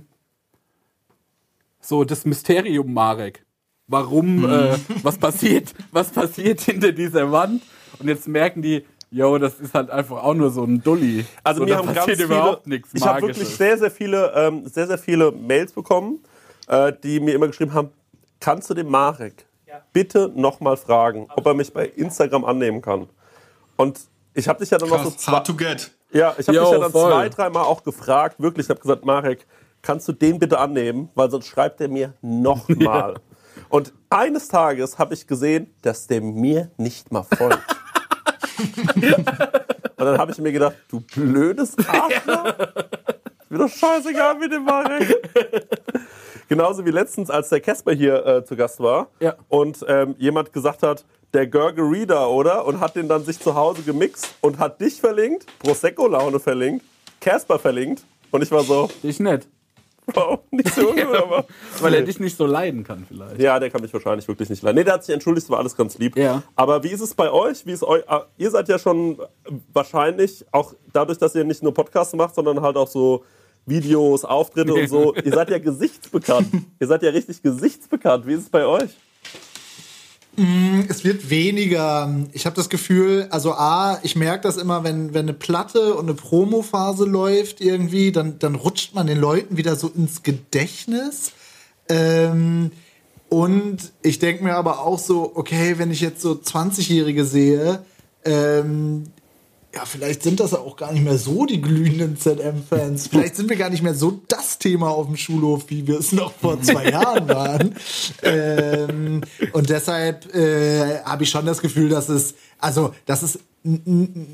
Speaker 2: so das Mysterium Marek. Warum, äh, was passiert, was passiert hinter dieser Wand? Und jetzt merken die, yo, das ist halt einfach auch nur so ein Dulli.
Speaker 3: Also
Speaker 2: so,
Speaker 3: mir
Speaker 2: da
Speaker 3: haben ganz
Speaker 2: passiert
Speaker 3: viele,
Speaker 2: überhaupt nichts
Speaker 3: ich habe
Speaker 2: Magisches.
Speaker 3: wirklich sehr, sehr viele, ähm, sehr, sehr viele Mails bekommen, äh, die mir immer geschrieben haben, kannst du den Marek bitte nochmal fragen, ob er mich bei Instagram annehmen kann? Und ich habe dich ja dann noch so
Speaker 4: Krass,
Speaker 3: zwei,
Speaker 4: hard to get.
Speaker 3: ja, ich habe
Speaker 2: Yo,
Speaker 3: dich ja dann
Speaker 2: voll.
Speaker 3: zwei, dreimal auch gefragt, wirklich, ich habe gesagt, Marek, kannst du den bitte annehmen, weil sonst schreibt er mir nochmal. Und eines Tages habe ich gesehen, dass der mir nicht mal folgt. Und dann habe ich mir gedacht, du blödes Arschloch. Ist mir doch scheißegal mit dem Marek. Genauso wie letztens, als der Casper hier äh, zu Gast war
Speaker 2: Ja.
Speaker 3: und ähm, jemand gesagt hat, der Gurgerida, oder? Und hat den dann sich zu Hause gemixt und hat dich verlinkt, Prosecco-Laune verlinkt, Casper verlinkt. Und ich war so,
Speaker 2: Ich nicht.
Speaker 3: wow, nicht so gut, aber...
Speaker 2: Weil er dich nicht so leiden kann vielleicht.
Speaker 3: Ja, der kann mich wahrscheinlich wirklich nicht leiden. Nee, der hat sich entschuldigt, das war alles ganz lieb.
Speaker 2: Ja.
Speaker 3: Aber wie ist es bei euch? Wie ist eu ah, ihr seid ja schon wahrscheinlich, auch dadurch, dass ihr nicht nur Podcasts macht, sondern halt auch so Videos, Auftritte und so. Ihr seid ja gesichtsbekannt. Ihr seid ja richtig gesichtsbekannt. Wie ist es bei euch?
Speaker 5: Es wird weniger. Ich habe das Gefühl, also A, ich merke das immer, wenn, wenn eine Platte und eine Promophase läuft irgendwie, dann, dann rutscht man den Leuten wieder so ins Gedächtnis. Ähm, und ich denke mir aber auch so, okay, wenn ich jetzt so zwanzigjährige sehe, ähm, ja, vielleicht sind das auch gar nicht mehr so die glühenden Z M-Fans. Vielleicht sind wir gar nicht mehr so das Thema auf dem Schulhof, wie wir es noch vor zwei Jahren waren. Ähm, und deshalb äh, habe ich schon das Gefühl, dass es, also, dass es n- n-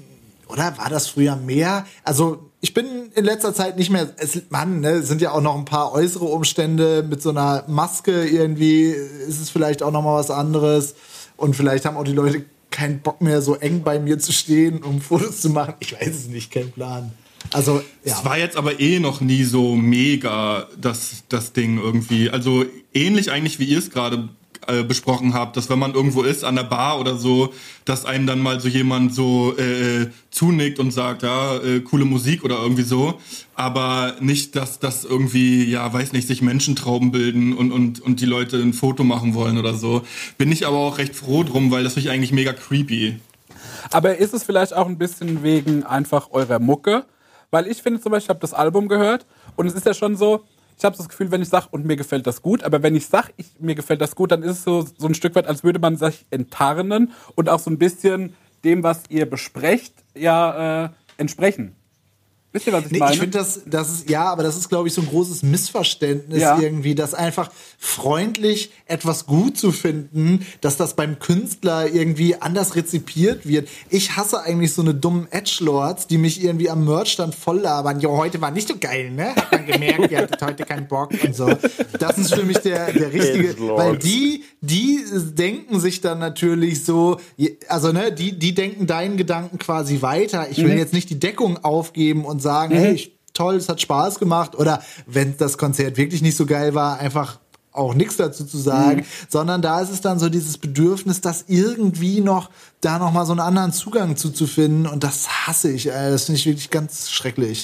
Speaker 5: Oder war das früher mehr? Also ich bin in letzter Zeit nicht mehr, es, Mann, ne, es sind ja auch noch ein paar äußere Umstände mit so einer Maske irgendwie, ist es vielleicht auch noch mal was anderes und vielleicht haben auch die Leute keinen Bock mehr, so eng bei mir zu stehen, um Fotos zu machen. Ich weiß es nicht, kein Plan. Also, ja.
Speaker 4: Es war jetzt aber eh noch nie so mega das, das Ding irgendwie. Also ähnlich eigentlich, wie ihr es gerade äh, besprochen habt, dass wenn man irgendwo ist, an der Bar oder so, dass einem dann mal so jemand so äh, zunickt und sagt, ja, äh, coole Musik oder irgendwie so. Aber nicht, dass das irgendwie, ja, weiß nicht, sich Menschentrauben bilden und, und, und die Leute ein Foto machen wollen oder so. Bin ich aber auch recht froh drum, weil das finde ich eigentlich mega creepy.
Speaker 2: Aber ist es vielleicht auch ein bisschen wegen einfach eurer Mucke? Weil ich finde zum Beispiel, ich habe das Album gehört und es ist ja schon so, ich habe das Gefühl, wenn ich sage, und mir gefällt das gut, aber wenn ich sage, ich, mir gefällt das gut, dann ist es so, so ein Stück weit, als würde man sich enttarnen und auch so ein bisschen dem, was ihr besprecht, ja, äh, entsprechen. Wisst ihr, was ich
Speaker 5: nee,
Speaker 2: meine?
Speaker 5: Ich finde, das, das ist, ja, aber das ist, glaube ich, so ein großes Missverständnis
Speaker 2: ja.
Speaker 5: irgendwie, dass einfach freundlich etwas gut zu finden, dass das beim Künstler irgendwie anders rezipiert wird. Ich hasse eigentlich so eine dummen Edgelords, die mich irgendwie am Merchstand voll labern. Jo, heute war nicht so geil, ne? Hat man gemerkt, ihr hattet heute keinen Bock und so. Das ist für mich der, der richtige, weil die, die denken sich dann natürlich so, also, ne, die, die denken deinen Gedanken quasi weiter. Ich will mhm. jetzt nicht die Deckung aufgeben und sagen, mhm. hey, ich, toll, es hat Spaß gemacht. Oder wenn das Konzert wirklich nicht so geil war, einfach auch nichts dazu zu sagen. Mhm. Sondern da ist es dann so dieses Bedürfnis, das irgendwie noch, da noch mal so einen anderen Zugang zuzufinden. Und das hasse ich. Ey. Das finde ich wirklich ganz schrecklich.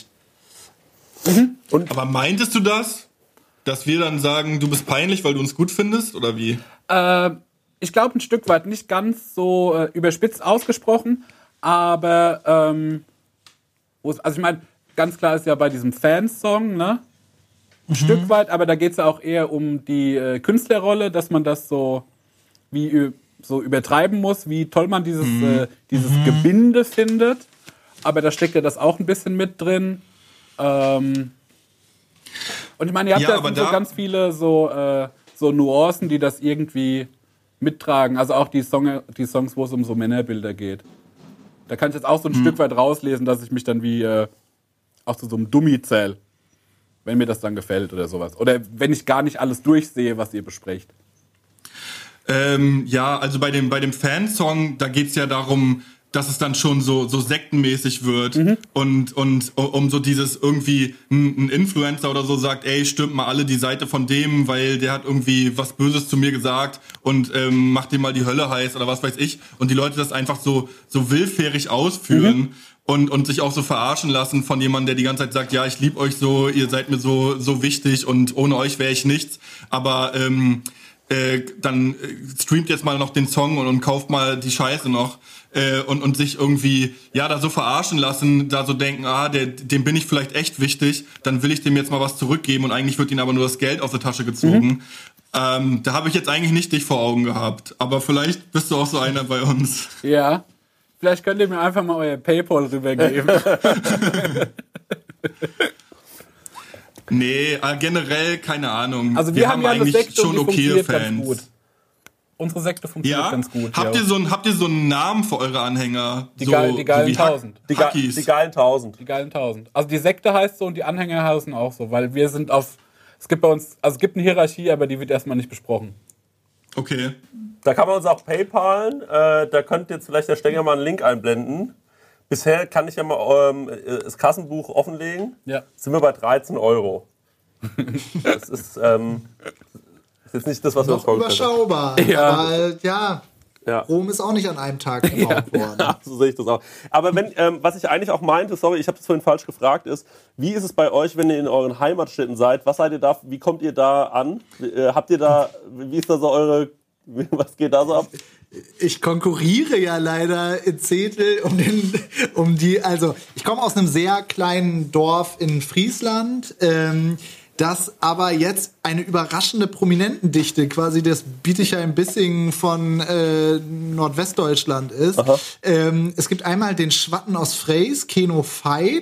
Speaker 4: Mhm. Und aber meintest du das? Dass wir dann sagen, du bist peinlich, weil du uns gut findest? Oder wie?
Speaker 2: Äh, ich glaube, ein Stück weit nicht ganz so äh, überspitzt ausgesprochen. Aber ähm, also ich meine, ganz klar ist ja bei diesem Fansong, ne? Ein mhm. Stück weit, aber da geht es ja auch eher um die äh, Künstlerrolle, dass man das so wie so übertreiben muss, wie toll man dieses, mhm. äh, dieses mhm. Gebinde findet. Aber da steckt ja das auch ein bisschen mit drin. Ähm und ich meine, ihr habt ja, ja so ganz viele so, äh, so Nuancen, die das irgendwie mittragen. Also auch die, Song, die Songs, wo es um so Männerbilder geht. Da kann ich jetzt auch so ein hm. Stück weit rauslesen, dass ich mich dann wie äh, auch zu so einem Dummi zähle, wenn mir das dann gefällt oder sowas. Oder wenn ich gar nicht alles durchsehe, was ihr besprecht.
Speaker 4: Ähm, ja, also bei dem, bei dem Fansong, da geht's ja darum, dass es dann schon so, so sektenmäßig wird mhm. und, und um so dieses irgendwie ein Influencer oder so sagt, ey, stürmt mal alle die Seite von dem, weil der hat irgendwie was Böses zu mir gesagt und ähm, macht dem mal die Hölle heiß oder was weiß ich und die Leute das einfach so, so willfährig ausführen mhm. und, und sich auch so verarschen lassen von jemandem, der die ganze Zeit sagt, ja, ich lieb euch so, ihr seid mir so, so wichtig und ohne euch wäre ich nichts, aber ähm, äh, dann äh, streamt jetzt mal noch den Song und, und kauft mal die Scheiße noch. Und, und sich irgendwie, ja, da so verarschen lassen, da so denken, ah, der, dem bin ich vielleicht echt wichtig, dann will ich dem jetzt mal was zurückgeben und eigentlich wird ihnen aber nur das Geld aus der Tasche gezogen. Mhm. Ähm, da habe ich jetzt eigentlich nicht dich vor Augen gehabt, aber vielleicht bist du auch so einer bei uns.
Speaker 2: Ja, vielleicht könnt ihr mir einfach mal euer PayPal rübergeben.
Speaker 4: Nee, äh, generell keine Ahnung.
Speaker 2: Also wir, wir haben, haben ja eigentlich Sekte schon okay Fans. Unsere Sekte funktioniert
Speaker 4: ja?
Speaker 2: ganz gut.
Speaker 4: Habt,
Speaker 2: ja.
Speaker 4: ihr so ein, habt ihr so einen Namen für eure Anhänger?
Speaker 2: Die,
Speaker 4: so,
Speaker 2: geil, die geilen
Speaker 4: so
Speaker 2: Tausend.
Speaker 3: Die, Ga- die geilen Tausend.
Speaker 2: Die geilen Tausend. Also die Sekte heißt so und die Anhänger heißen auch so, weil wir sind auf, es gibt bei uns, also es gibt eine Hierarchie, aber die wird erstmal nicht besprochen.
Speaker 4: Okay.
Speaker 3: Da kann man uns auch PayPalen, äh, da könnt jetzt vielleicht der Stenger mal einen Link einblenden. Bisher kann ich ja mal ähm, das Kassenbuch offenlegen.
Speaker 2: Ja.
Speaker 3: Sind wir bei dreizehn Euro. Das ist, ähm, ist jetzt nicht das, was wir uns vorgestellt haben.
Speaker 5: Überschaubar.
Speaker 2: Ja.
Speaker 5: Aber ja,
Speaker 3: ja,
Speaker 5: Rom ist auch nicht an einem Tag gebaut
Speaker 2: ja.
Speaker 5: worden.
Speaker 3: Ja, so sehe ich das auch. Aber wenn, ähm, was ich eigentlich auch meinte, sorry, ich habe das vorhin falsch gefragt, ist, wie ist es bei euch, wenn ihr in euren Heimatstädten seid? Was seid ihr da, wie kommt ihr da an? Äh, habt ihr da, wie ist da so eure, was geht da so ab?
Speaker 5: Ich konkurriere ja leider in Zetel um den, um die, also ich komme aus einem sehr kleinen Dorf in Friesland, ähm, das aber jetzt eine überraschende Prominentendichte, quasi das Bietigheim-Bissingen von äh, Nordwestdeutschland ist. Ähm, es gibt einmal den Schwatten aus Freys, Keno Veit,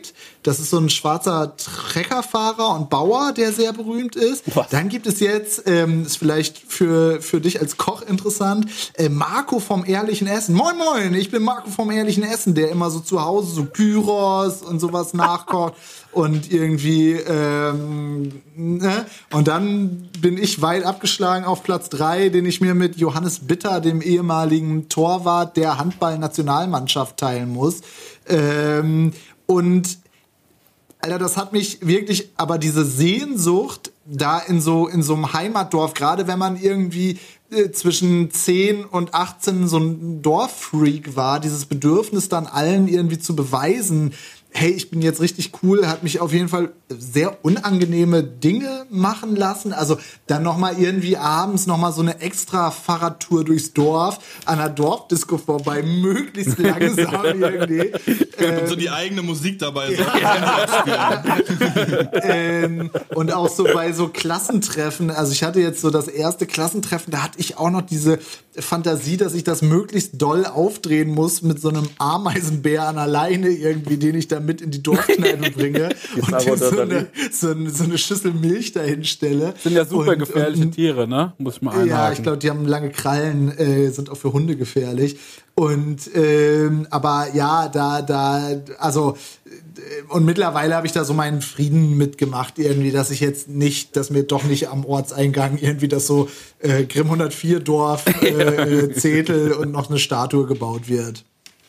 Speaker 5: Das ist so ein schwarzer Treckerfahrer und Bauer, der sehr berühmt ist.
Speaker 3: Was?
Speaker 5: Dann gibt es jetzt, ähm, ist vielleicht für, für dich als Koch interessant, äh, Marco vom Ehrlichen Essen. Moin, moin, ich bin Marco vom Ehrlichen Essen, der immer so zu Hause so Gyros und sowas nachkocht. Und irgendwie, ähm, ne? Und dann bin ich weit abgeschlagen auf Platz drei, den ich mir mit Johannes Bitter, dem ehemaligen Torwart der Handball-Nationalmannschaft, teilen muss. Ähm, und Alter, das hat mich wirklich, aber diese Sehnsucht da in so in so einem Heimatdorf, gerade wenn man irgendwie äh, zwischen zehn und achtzehn so ein Dorffreak war, dieses Bedürfnis dann allen irgendwie zu beweisen, hey, ich bin jetzt richtig cool, hat mich auf jeden Fall sehr unangenehme Dinge machen lassen. Also dann nochmal irgendwie abends nochmal so eine extra Fahrradtour durchs Dorf, an der Dorfdisco vorbei, möglichst langsam irgendwie.
Speaker 4: Ähm, und so die eigene Musik dabei. So
Speaker 5: ähm, und auch so bei so Klassentreffen, also ich hatte jetzt so das erste Klassentreffen, da hatte ich auch noch diese Fantasie, dass ich das möglichst doll aufdrehen muss mit so einem Ameisenbär an der Leine irgendwie, den ich dann mit in die Dorfkneipe bringe und dem so eine, so, eine, so eine Schüssel Milch dahin stelle.
Speaker 2: Sind ja super
Speaker 5: und,
Speaker 2: gefährliche
Speaker 5: und,
Speaker 2: Tiere, ne? Muss ich mal einhaken.
Speaker 5: Ja, ich glaube, die haben lange Krallen, äh, sind auch für Hunde gefährlich. Und ähm, aber ja, da, da, also und mittlerweile habe ich da so meinen Frieden mitgemacht, irgendwie, dass ich jetzt nicht, dass mir doch nicht am Ortseingang irgendwie das so äh, Grimm hundertvier Dorf, äh, Zetel und noch eine Statue gebaut wird.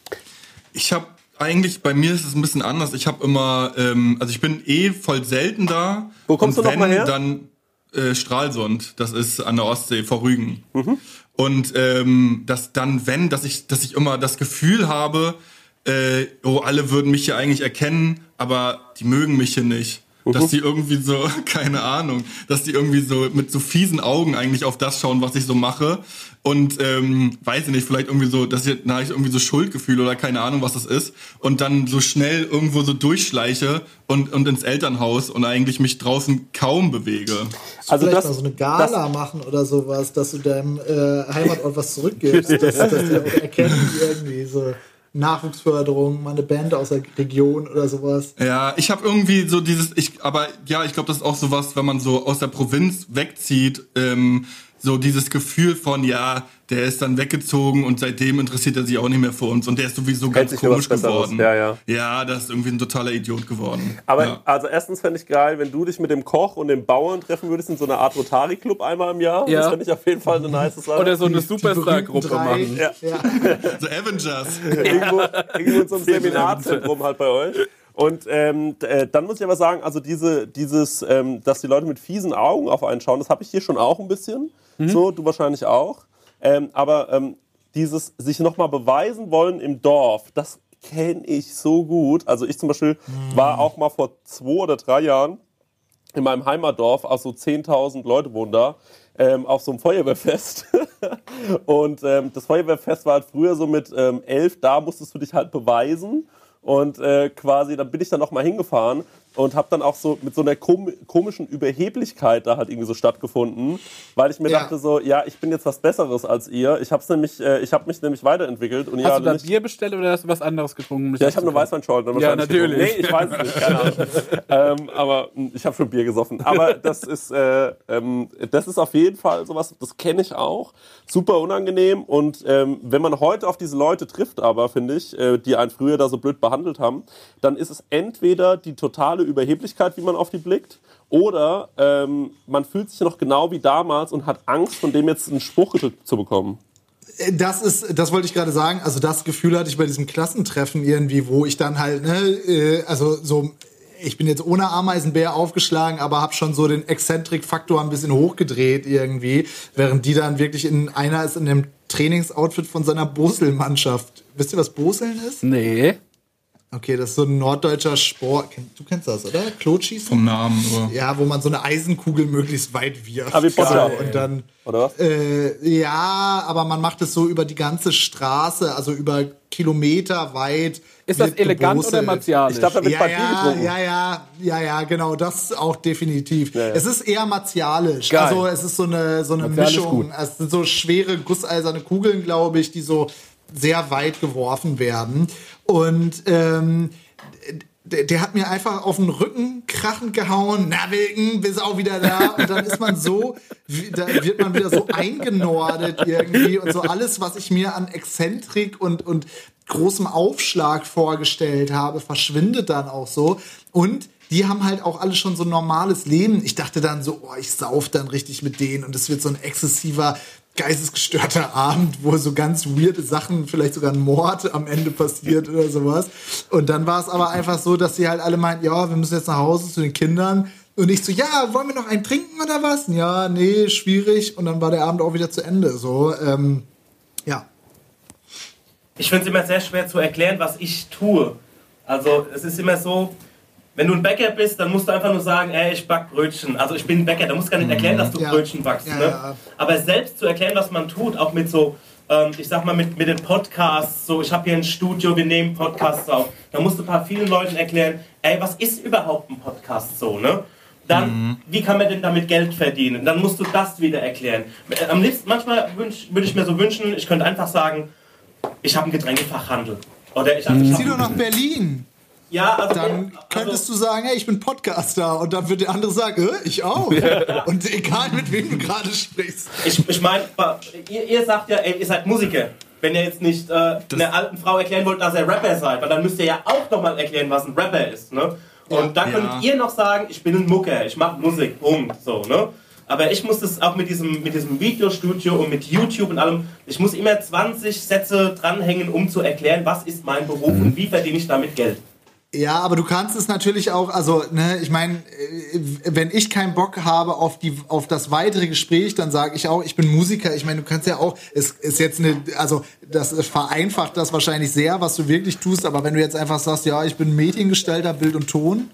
Speaker 4: Ich habe eigentlich, bei mir ist es ein bisschen anders. Ich habe immer, ähm, also ich bin eh voll selten da.
Speaker 3: Wo kommst
Speaker 4: und
Speaker 3: du noch mal her?
Speaker 4: Dann äh, Stralsund, das ist an der Ostsee, vor Rügen.
Speaker 3: Mhm.
Speaker 4: Und ähm, dass dann, wenn, dass ich, dass ich immer das Gefühl habe, äh, oh, alle würden mich hier eigentlich erkennen, aber die mögen mich hier nicht. Mhm. Dass die irgendwie so, keine Ahnung, dass die irgendwie so mit so fiesen Augen eigentlich auf das schauen, was ich so mache. Und ähm, weiß ich nicht, vielleicht irgendwie so, dass ich, na, ich irgendwie so Schuldgefühl oder keine Ahnung, was das ist. Und dann so schnell irgendwo so durchschleiche und, und ins Elternhaus und eigentlich mich draußen kaum bewege.
Speaker 5: Also vielleicht das, mal so eine Gala das, machen oder sowas, dass du deinem äh, Heimatort was zurückgibst, dass, dass die auch erkennen, irgendwie so Nachwuchsförderung, mal eine Band aus der Region oder sowas.
Speaker 4: Ja, ich habe irgendwie so dieses, ich, aber ja, ich glaube, das ist auch sowas, wenn man so aus der Provinz wegzieht, ähm, so dieses Gefühl von, ja, der ist dann weggezogen und seitdem interessiert er sich auch nicht mehr für uns und der ist sowieso ganz komisch geworden.
Speaker 3: Ja, ja.
Speaker 4: Ja, das ist irgendwie ein totaler Idiot geworden.
Speaker 3: Aber
Speaker 4: ja.
Speaker 3: Also erstens fände ich geil, wenn du dich mit dem Koch und dem Bauern treffen würdest in so einer Art Rotary-Club einmal im Jahr.
Speaker 2: Ja.
Speaker 3: Das fände ich auf jeden Fall eine nice Sache.
Speaker 2: Oder so eine Superstar-Gruppe machen.
Speaker 3: Ja.
Speaker 5: Ja.
Speaker 4: So Avengers.
Speaker 3: irgendwo, irgendwo in so einem Seminarzentrum halt bei euch. Und ähm, äh, dann muss ich aber sagen, also diese, dieses, ähm, dass die Leute mit fiesen Augen auf einen schauen, das habe ich hier schon auch ein bisschen. Mhm. So, du wahrscheinlich auch. Ähm, aber ähm, dieses sich nochmal beweisen wollen im Dorf, das kenne ich so gut. Also ich zum Beispiel mhm. war auch mal vor zwei oder drei Jahren in meinem Heimatdorf, also zehntausend Leute wohnen da, ähm, auf so einem Feuerwehrfest. Und ähm, das Feuerwehrfest war halt früher so mit ähm, elf, da musstest du dich halt beweisen. Und äh, quasi, dann bin ich dann noch mal hingefahren und habe dann auch so mit so einer kom- komischen Überheblichkeit da halt irgendwie so stattgefunden, weil ich mir
Speaker 5: Ja.
Speaker 3: dachte so, ja, ich bin jetzt was Besseres als ihr. Ich hab's nämlich, äh, ich habe mich nämlich weiterentwickelt und ihr
Speaker 2: Hast
Speaker 3: alle
Speaker 2: du da
Speaker 3: nicht.
Speaker 2: Bier bestellt oder hast du was anderes getrunken?
Speaker 3: Ja, ich habe eine Weißweinschorle. dann
Speaker 2: Ja,
Speaker 3: wahrscheinlich
Speaker 2: natürlich.
Speaker 3: getrunken. Nee, ich weiß es nicht, keine Ahnung. ähm, aber mh, ich habe schon Bier gesoffen. Aber das ist, äh, ähm, das ist auf jeden Fall sowas, das kenne ich auch. Super unangenehm. Und ähm, wenn man heute auf diese Leute trifft, aber finde ich, äh, die einen früher da so blöd behandelt haben, dann ist es entweder die totale Überheblichkeit, wie man auf die blickt, oder ähm, man fühlt sich noch genau wie damals und hat Angst, von dem jetzt einen Spruch gedrückt zu bekommen.
Speaker 5: Das ist, das wollte ich gerade sagen. Also das Gefühl hatte ich bei diesem Klassentreffen irgendwie, wo ich dann halt, ne, äh, also so, ich bin jetzt ohne Ameisenbär aufgeschlagen, aber habe schon so den Exzentrik-Faktor ein bisschen hochgedreht irgendwie, während die dann wirklich in einer ist in dem Trainingsoutfit von seiner Bosel-Mannschaft. Wisst ihr, was Boseln ist?
Speaker 2: Nee.
Speaker 5: Okay, das ist so ein norddeutscher Sport. Du kennst das, oder? Klotschießen?
Speaker 4: Vom Namen, oder?
Speaker 5: Ja, wo man so eine Eisenkugel möglichst weit wirft.
Speaker 3: Ah, wie Potter.
Speaker 5: So, und dann,
Speaker 3: Oder was?
Speaker 5: Äh, ja, aber man macht es so über die ganze Straße, also über Kilometer weit.
Speaker 2: Ist das
Speaker 5: wird
Speaker 2: elegant
Speaker 5: gebosselt.
Speaker 2: oder martialisch?
Speaker 3: Ich glaube, da wird
Speaker 5: Ja,
Speaker 3: bald Bier
Speaker 5: ja,
Speaker 3: getrunken.
Speaker 5: ja, ja, ja, ja, genau, das auch definitiv.
Speaker 3: Ja, ja.
Speaker 5: Es ist eher martialisch.
Speaker 2: Geil.
Speaker 5: Also es ist so eine, so eine
Speaker 2: Martialisch
Speaker 5: Mischung.
Speaker 2: gut.
Speaker 5: Es sind so schwere, gusseiserne Kugeln, glaube ich, die so sehr weit geworfen werden. Und ähm, der, der hat mir einfach auf den Rücken krachend gehauen. Na, Wilken, bist auch wieder da. Und dann ist man so, wie, da wird man wieder so eingenordet irgendwie. Und so alles, was ich mir an Exzentrik und, und großem Aufschlag vorgestellt habe, verschwindet dann auch so. Und die haben halt auch alle schon so ein normales Leben. Ich dachte dann so, oh, ich sauf dann richtig mit denen. Und es wird so ein exzessiver, geistesgestörter Abend, wo so ganz weirde Sachen, vielleicht sogar ein Mord am Ende passiert oder sowas. Und dann war es aber einfach so, dass sie halt alle meinten, ja, wir müssen jetzt nach Hause zu den Kindern. Und ich so, ja, wollen wir noch einen trinken oder was? Ja, nee, schwierig. Und dann war der Abend auch wieder zu Ende. So, ähm, ja.
Speaker 8: Ich finde es immer sehr schwer zu erklären, was ich tue. Also es ist immer so, wenn du ein Bäcker bist, dann musst du einfach nur sagen, ey, ich back Brötchen. Also ich bin ein Bäcker, da musst du gar nicht erklären, dass du
Speaker 5: ja.
Speaker 8: Brötchen backst.
Speaker 5: Ja,
Speaker 8: ne?
Speaker 5: ja.
Speaker 8: Aber selbst zu erklären, was man tut, auch mit so, ähm, ich sag mal, mit, mit den Podcasts, so, ich habe hier ein Studio, wir nehmen Podcasts auf. Da musst du ein paar vielen Leuten erklären, ey, was ist überhaupt ein Podcast so, ne? Dann, mhm. wie kann man denn damit Geld verdienen? Dann musst du das wieder erklären. Am liebsten, manchmal würde ich mir so wünschen, ich könnte einfach sagen, ich habe einen Getränkefachhandel. Oder ich, also ich
Speaker 5: Zieh doch nach Berlin.
Speaker 8: Ja, also,
Speaker 5: dann könntest
Speaker 8: also,
Speaker 5: du sagen, hey, ich bin Podcaster. Und dann wird der andere sagen, äh, ich auch. Ja. Und egal, mit wem du gerade sprichst.
Speaker 8: Ich, ich meine, ihr, ihr sagt ja, ey, ihr seid Musiker. Wenn ihr jetzt nicht äh, einer alten Frau erklären wollt, dass ihr Rapper seid, weil dann müsst ihr ja auch nochmal erklären, was ein Rapper ist. Ne? Und ja. dann könnt ja. ihr noch sagen, ich bin ein Mucker, ich mache Musik, Punkt. So, ne? Aber ich muss das auch mit diesem, mit diesem Videostudio und mit YouTube und allem, ich muss immer zwanzig Sätze dranhängen, um zu erklären, was ist mein Beruf mhm. und wie verdiene ich damit Geld.
Speaker 5: Ja, aber du kannst es natürlich auch, also, ne, ich meine, wenn ich keinen Bock habe auf die, auf das weitere Gespräch, dann sage ich auch, ich bin Musiker. Ich meine, du kannst ja auch, es ist jetzt eine, also, das vereinfacht das wahrscheinlich sehr, was du wirklich tust, aber wenn du jetzt einfach sagst, ja, ich bin Mediengestalter, Bild und Ton.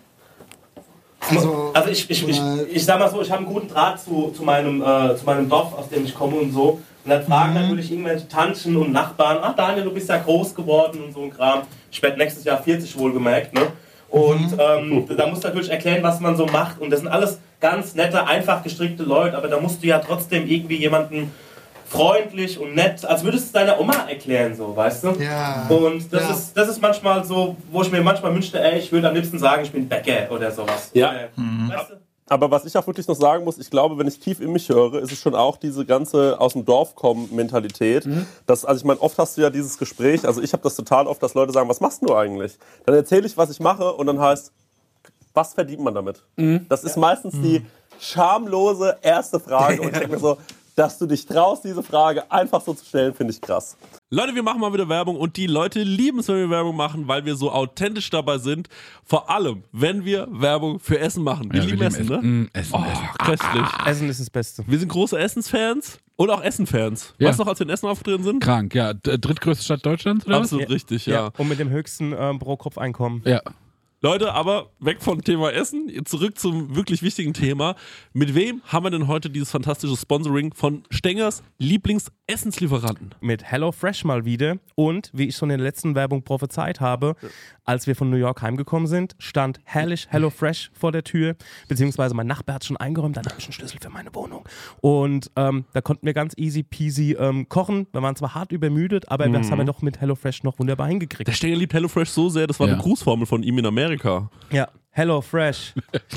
Speaker 8: Also, also ich, ich, ich, ich, ich sag mal so, ich habe einen guten Draht zu, zu, meinem, äh, zu meinem Dorf, aus dem ich komme und so. Und dann fragen mhm. natürlich irgendwelche Tanten und Nachbarn, ach Daniel, du bist ja groß geworden und so ein Kram. Ich werde nächstes Jahr vierzig wohlgemerkt, ne? Und ähm, da musst du natürlich erklären, was man so macht. Und das sind alles ganz nette, einfach gestrickte Leute, aber da musst du ja trotzdem irgendwie jemanden freundlich und nett, als würdest du es deiner Oma erklären, so, weißt du?
Speaker 5: Ja.
Speaker 8: Und das,
Speaker 5: ja.
Speaker 8: ist, das ist manchmal so, wo ich mir manchmal wünschte, ey, ich würde am liebsten sagen, ich bin Bäcker oder sowas.
Speaker 3: Ja.
Speaker 8: Oder,
Speaker 3: mhm.
Speaker 8: weißt du?
Speaker 3: Aber was ich auch wirklich noch sagen muss, ich glaube, wenn ich tief in mich höre, ist es schon auch diese ganze aus dem Dorf kommen Mentalität. Mhm. Das, also ich meine, oft hast du ja dieses Gespräch, also ich habe das total oft, dass Leute sagen, was machst du eigentlich? Dann erzähle ich, was ich mache und dann heißt, was verdient man damit? Mhm. Das ist meistens mhm. die schamlose erste Frage und ich denke mir so, dass du dich traust, diese Frage einfach so zu stellen, finde ich krass.
Speaker 7: Leute, wir machen mal wieder Werbung und die Leute lieben es, wenn wir Werbung machen, weil wir so authentisch dabei sind. Vor allem, wenn wir Werbung für Essen machen. Wir
Speaker 2: ja,
Speaker 7: lieben
Speaker 2: wir
Speaker 7: Essen,
Speaker 2: lieben
Speaker 7: ne?
Speaker 2: Essen, Essen,
Speaker 7: oh,
Speaker 2: Essen.
Speaker 7: Köstlich.
Speaker 6: Essen ist das Beste.
Speaker 7: Wir sind große Essensfans und auch Essenfans.
Speaker 2: Ja.
Speaker 7: Weißt du noch, als wir in Essen aufgetreten sind?
Speaker 2: Krank, ja. D- drittgrößte Stadt Deutschlands, oder
Speaker 7: Absolut
Speaker 2: was?
Speaker 7: richtig, ja.
Speaker 6: Ja. Und mit dem höchsten ähm, Pro-Kopf-Einkommen.
Speaker 2: Ja.
Speaker 7: Leute, aber weg vom Thema Essen, zurück zum wirklich wichtigen Thema. Mit wem haben wir denn heute dieses fantastische Sponsoring von Stengers Lieblingsessenslieferanten?
Speaker 6: Mit HelloFresh mal wieder. Und wie ich schon in der letzten Werbung prophezeit habe, ja. als wir von New York heimgekommen sind, stand herrlich HelloFresh vor der Tür. Beziehungsweise mein Nachbar hat schon eingeräumt, dann habe ich einen Schlüssel für meine Wohnung. Und ähm, da konnten wir ganz easy peasy ähm, kochen. Wir waren zwar hart übermüdet, aber mhm. das haben wir doch mit HelloFresh noch wunderbar hingekriegt.
Speaker 7: Der Stenger liebt HelloFresh so sehr, das war
Speaker 2: ja.
Speaker 7: eine Grußformel von ihm in Amerika.
Speaker 6: Ja, HelloFresh.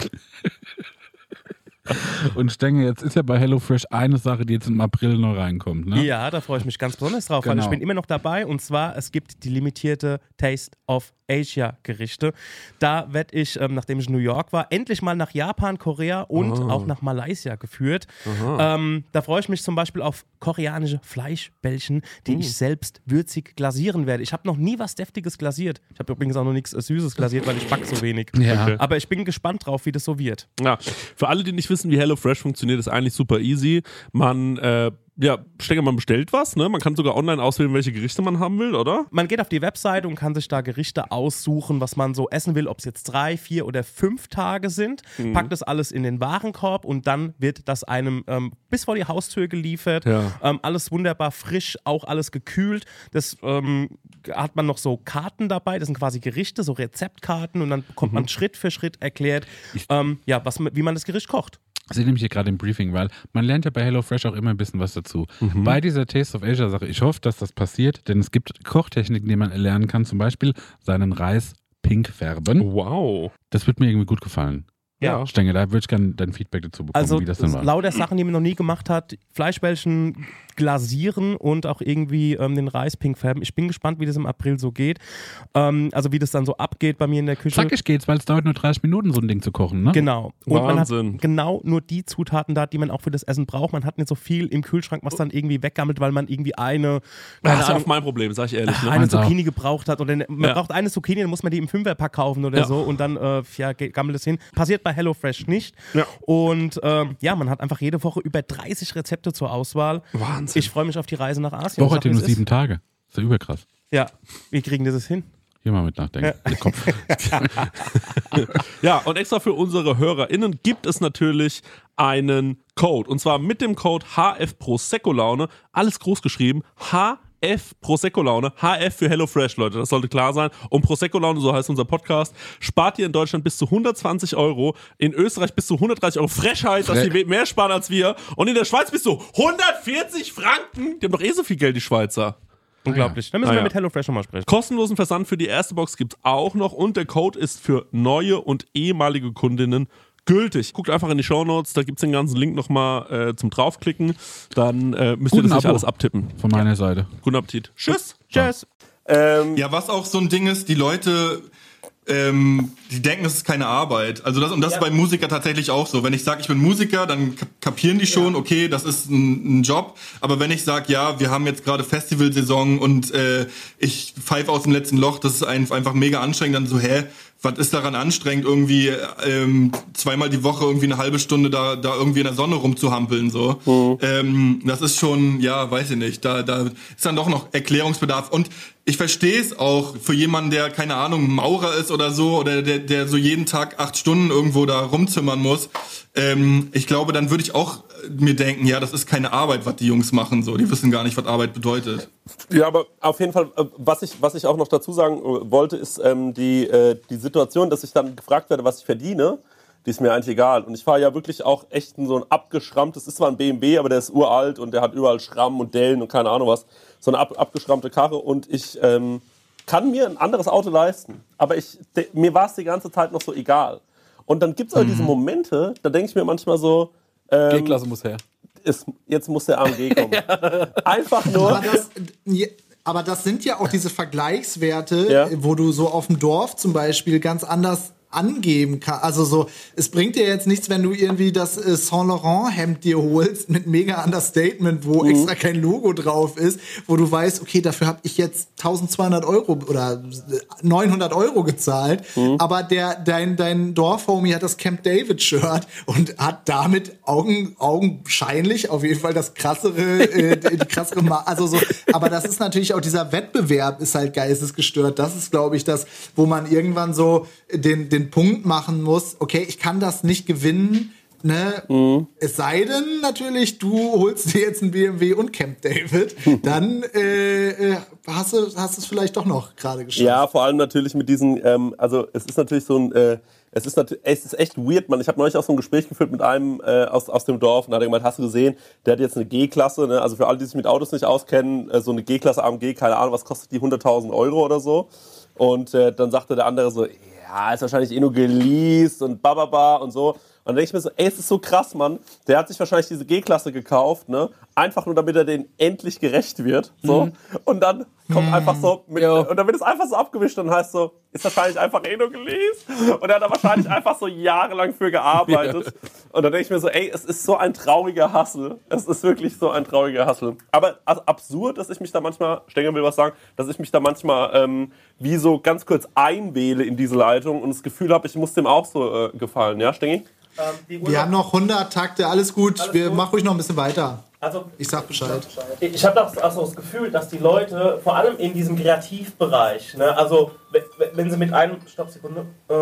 Speaker 2: Und Stenger, jetzt ist ja bei HelloFresh eine Sache, die jetzt im April noch reinkommt, ne?
Speaker 6: Ja, da freue ich mich ganz besonders drauf,
Speaker 2: Genau.
Speaker 6: weil ich bin immer noch dabei und zwar, es gibt die limitierte Taste of Asia Gerichte. Da werde ich, ähm, nachdem ich in New York war, endlich mal nach Japan, Korea und
Speaker 7: oh.
Speaker 6: auch nach Malaysia geführt. Ähm, da freue ich mich zum Beispiel auf koreanische Fleischbällchen, die mm. ich selbst würzig glasieren werde. Ich habe noch nie was Deftiges glasiert. Ich habe übrigens auch noch nichts Süßes glasiert, weil ich backe so wenig.
Speaker 2: Ja.
Speaker 6: Okay. Aber ich bin gespannt drauf, wie das so wird.
Speaker 7: Ja, für alle, die nicht wissen, wie HelloFresh funktioniert, ist eigentlich super easy. Man äh, ja, Stenger, man bestellt was, ne? Man kann sogar online auswählen, welche Gerichte man haben will, oder?
Speaker 6: Man geht auf die Website und kann sich da Gerichte aussuchen, was man so essen will, ob es jetzt drei, vier oder fünf Tage sind. Mhm. Packt das alles in den Warenkorb und dann wird das einem ähm, bis vor die Haustür geliefert.
Speaker 7: Ja.
Speaker 6: Ähm, alles wunderbar frisch, auch alles gekühlt. Das ähm, hat man noch so Karten dabei, das sind quasi Gerichte, so Rezeptkarten und dann bekommt mhm. man Schritt für Schritt erklärt, ähm, ja, was, wie man das Gericht kocht.
Speaker 2: Ich sehe nämlich hier gerade im Briefing, weil man lernt ja bei HelloFresh auch immer ein bisschen was dazu. Mhm. Bei dieser Taste of Asia Sache, ich hoffe, dass das passiert, denn es gibt Kochtechniken, die man erlernen kann, zum Beispiel seinen Reis
Speaker 9: pink färben.
Speaker 7: Wow.
Speaker 9: Das wird mir irgendwie gut gefallen.
Speaker 6: Ja.
Speaker 9: Stenge, da würde ich gerne dein Feedback dazu bekommen,
Speaker 6: Also
Speaker 9: wie das denn war.
Speaker 6: lauter Sachen, die man noch nie gemacht hat, Fleischbällchen glasieren und auch irgendwie ähm, den Reis pink färben. Ich bin gespannt, wie das im April so geht. Ähm, also wie das dann so abgeht bei mir in der Küche.
Speaker 9: Zackig geht's, weil es dauert nur dreißig Minuten, so ein Ding zu kochen, ne?
Speaker 6: Genau. Und
Speaker 7: Wahnsinn.
Speaker 6: man hat genau nur die Zutaten da, die man auch für das Essen braucht. Man hat nicht so viel im Kühlschrank, was dann irgendwie weggammelt, weil man irgendwie eine,
Speaker 7: Das
Speaker 6: keine
Speaker 7: ist auch
Speaker 6: Ahnung,
Speaker 7: mein Problem, sag ich ehrlich. Ne?
Speaker 6: eine
Speaker 9: Meins auch.
Speaker 6: Zucchini gebraucht hat. Oder ne, man
Speaker 7: Ja.
Speaker 6: braucht eine Zucchini, dann muss man die im Fünferpack kaufen oder
Speaker 7: Ja.
Speaker 6: so und dann äh, ja, ge- gammelt es hin. Passiert bei HelloFresh nicht.
Speaker 7: Ja.
Speaker 6: Und ähm, ja, man hat einfach jede Woche über dreißig Rezepte zur Auswahl.
Speaker 7: Wahnsinn.
Speaker 6: Ich freue mich auf die Reise nach Asien.
Speaker 9: Woche
Speaker 6: Sag,
Speaker 9: hat
Speaker 6: wie
Speaker 9: ja nur
Speaker 6: es ist.
Speaker 9: sieben Tage. Ist ja überkrass.
Speaker 6: Ja, wir kriegen das hin.
Speaker 9: Hier mal mit nachdenken. Der Kopf.
Speaker 7: Ja, und extra für unsere HörerInnen gibt es natürlich einen Code. Und zwar mit dem Code H F Prosecco Laune. Alles groß geschrieben. H F Prosecco Laune. H F für HelloFresh, Leute. Das sollte klar sein. Und Prosecco Laune, so heißt unser Podcast, spart ihr in Deutschland bis zu hundertzwanzig Euro. In Österreich bis zu hundertdreißig Euro. Frechheit, dass die mehr sparen als wir. Und in der Schweiz bis zu hundertvierzig Franken. Die haben doch eh so viel Geld, die Schweizer.
Speaker 6: Unglaublich. Dann müssen
Speaker 7: Ah,
Speaker 6: wir
Speaker 7: ja.
Speaker 6: mit HelloFresh nochmal sprechen.
Speaker 7: Kostenlosen Versand für die erste Box gibt's auch noch und der Code ist für neue und ehemalige Kundinnen gültig. Guckt einfach in die Shownotes, da gibt's den ganzen Link nochmal äh, zum draufklicken. Dann äh, müsst
Speaker 9: Guten
Speaker 7: ihr das nicht
Speaker 9: Abo.
Speaker 7: alles abtippen.
Speaker 9: Von meiner Seite.
Speaker 7: Guten Appetit. Tschüss.
Speaker 6: Tschüss.
Speaker 3: Ähm,
Speaker 4: Ja, was auch so ein Ding ist, die Leute, ähm, die denken, es ist keine Arbeit. Also das, und das
Speaker 8: Ja.
Speaker 4: ist bei Musikern tatsächlich auch so. Wenn ich sage, ich bin Musiker, dann kap- kapieren die schon, okay, das ist ein, ein Job. Aber wenn ich sage, ja, wir haben jetzt gerade Festivalsaison und äh, ich pfeife aus dem letzten Loch, das ist ein, einfach mega anstrengend, dann so, hä, was ist daran anstrengend, irgendwie ähm, zweimal die Woche irgendwie eine halbe Stunde da, da irgendwie in der Sonne rumzuhampeln, so. Ähm, das ist schon, ja, weiß ich nicht, da, da ist dann doch noch Erklärungsbedarf. Und ich verstehe es auch für jemanden, der, keine Ahnung, Maurer ist oder so, oder der, der so jeden Tag acht Stunden irgendwo da rumzimmern muss. Ähm, ich glaube, dann würde ich auch mir denken, ja, das ist keine Arbeit, was die Jungs machen, so. Die wissen gar nicht, was Arbeit bedeutet.
Speaker 3: Ja, aber auf jeden Fall, äh, was ich, was ich auch noch dazu sagen äh, wollte, ist ähm, die, äh, die Situation, dass ich dann gefragt werde, was ich verdiene, die ist mir eigentlich egal. Und ich fahre ja wirklich auch echt in so ein abgeschrammtes, ist zwar ein B M W, aber der ist uralt und der hat überall Schrammen und Dellen und keine Ahnung was. So eine ab, abgeschrammte Karre und ich ähm, kann mir ein anderes Auto leisten. Aber ich, de, mir war es die ganze Zeit noch so egal. Und dann gibt es aber diese Momente, da denke ich mir manchmal so, ähm,
Speaker 2: G-Klasse muss her.
Speaker 3: ist, jetzt muss der A M G kommen. Einfach nur.
Speaker 5: Aber das, ja, aber das sind ja auch diese Vergleichswerte,
Speaker 3: Ja.
Speaker 5: wo du so auf dem Dorf zum Beispiel ganz anders angeben kann. Also so, es bringt dir jetzt nichts, wenn du irgendwie das äh, Saint Laurent Hemd dir holst mit mega Understatement, wo extra kein Logo drauf ist, wo du weißt, okay, dafür habe ich jetzt tausendzweihundert Euro oder neunhundert Euro gezahlt, aber der dein dein Dorfhomie hat das Camp David Shirt und hat damit Augen augenscheinlich auf jeden Fall das krassere äh, die die krassere Ma also so, aber das ist natürlich auch dieser Wettbewerb ist halt geistesgestört. Das ist, glaube ich, das, wo man irgendwann so den den Punkt machen muss, okay, ich kann das nicht gewinnen, ne?
Speaker 3: Mhm.
Speaker 5: Es sei denn natürlich, du holst dir jetzt ein B M W und Camp David, dann äh, äh, hast du hast es vielleicht doch noch gerade geschafft.
Speaker 3: Ja, vor allem natürlich mit diesen, ähm, also es ist natürlich so ein, äh, es ist natürlich, es ist echt weird, man. Ich habe neulich auch so ein Gespräch geführt mit einem äh, aus, aus dem Dorf und da hat er gemeint, hast du gesehen, der hat jetzt eine G-Klasse, ne? Also für alle, die sich mit Autos nicht auskennen, äh, so eine G-Klasse A M G, keine Ahnung, was kostet die, hunderttausend Euro oder so. Und äh, dann sagte der andere so, ja, ist wahrscheinlich eh nur geleast und bababa und so. Und dann denke ich mir so, ey, es ist so krass, Mann. Der hat sich wahrscheinlich diese G-Klasse gekauft, ne? Einfach nur, damit er denen endlich gerecht wird. So. Mhm. Und dann kommt mhm. einfach so, mit, und dann wird es einfach so abgewischt und heißt so, ist wahrscheinlich einfach eh nur geleast. Und er hat da wahrscheinlich einfach so jahrelang für gearbeitet. Ja. Und dann denke ich mir so, ey, es ist so ein trauriger Hustle. Es ist wirklich so ein trauriger Hustle. Aber also absurd, dass ich mich da manchmal, Stenger will was sagen, dass ich mich da manchmal ähm, wie so ganz kurz einwähle in diese Leitung und das Gefühl habe, ich muss dem auch so äh, gefallen. Ja, Stengi?
Speaker 5: Ähm, Wir haben noch hundert Takte, alles gut. Alles Wir gut. Machen ruhig noch ein bisschen weiter.
Speaker 8: Also,
Speaker 5: ich sag Bescheid.
Speaker 8: Ich habe auch, auch so das Gefühl, dass die Leute, vor allem in diesem Kreativbereich, ne, also wenn sie mit einem, stopp, Sekunde, äh,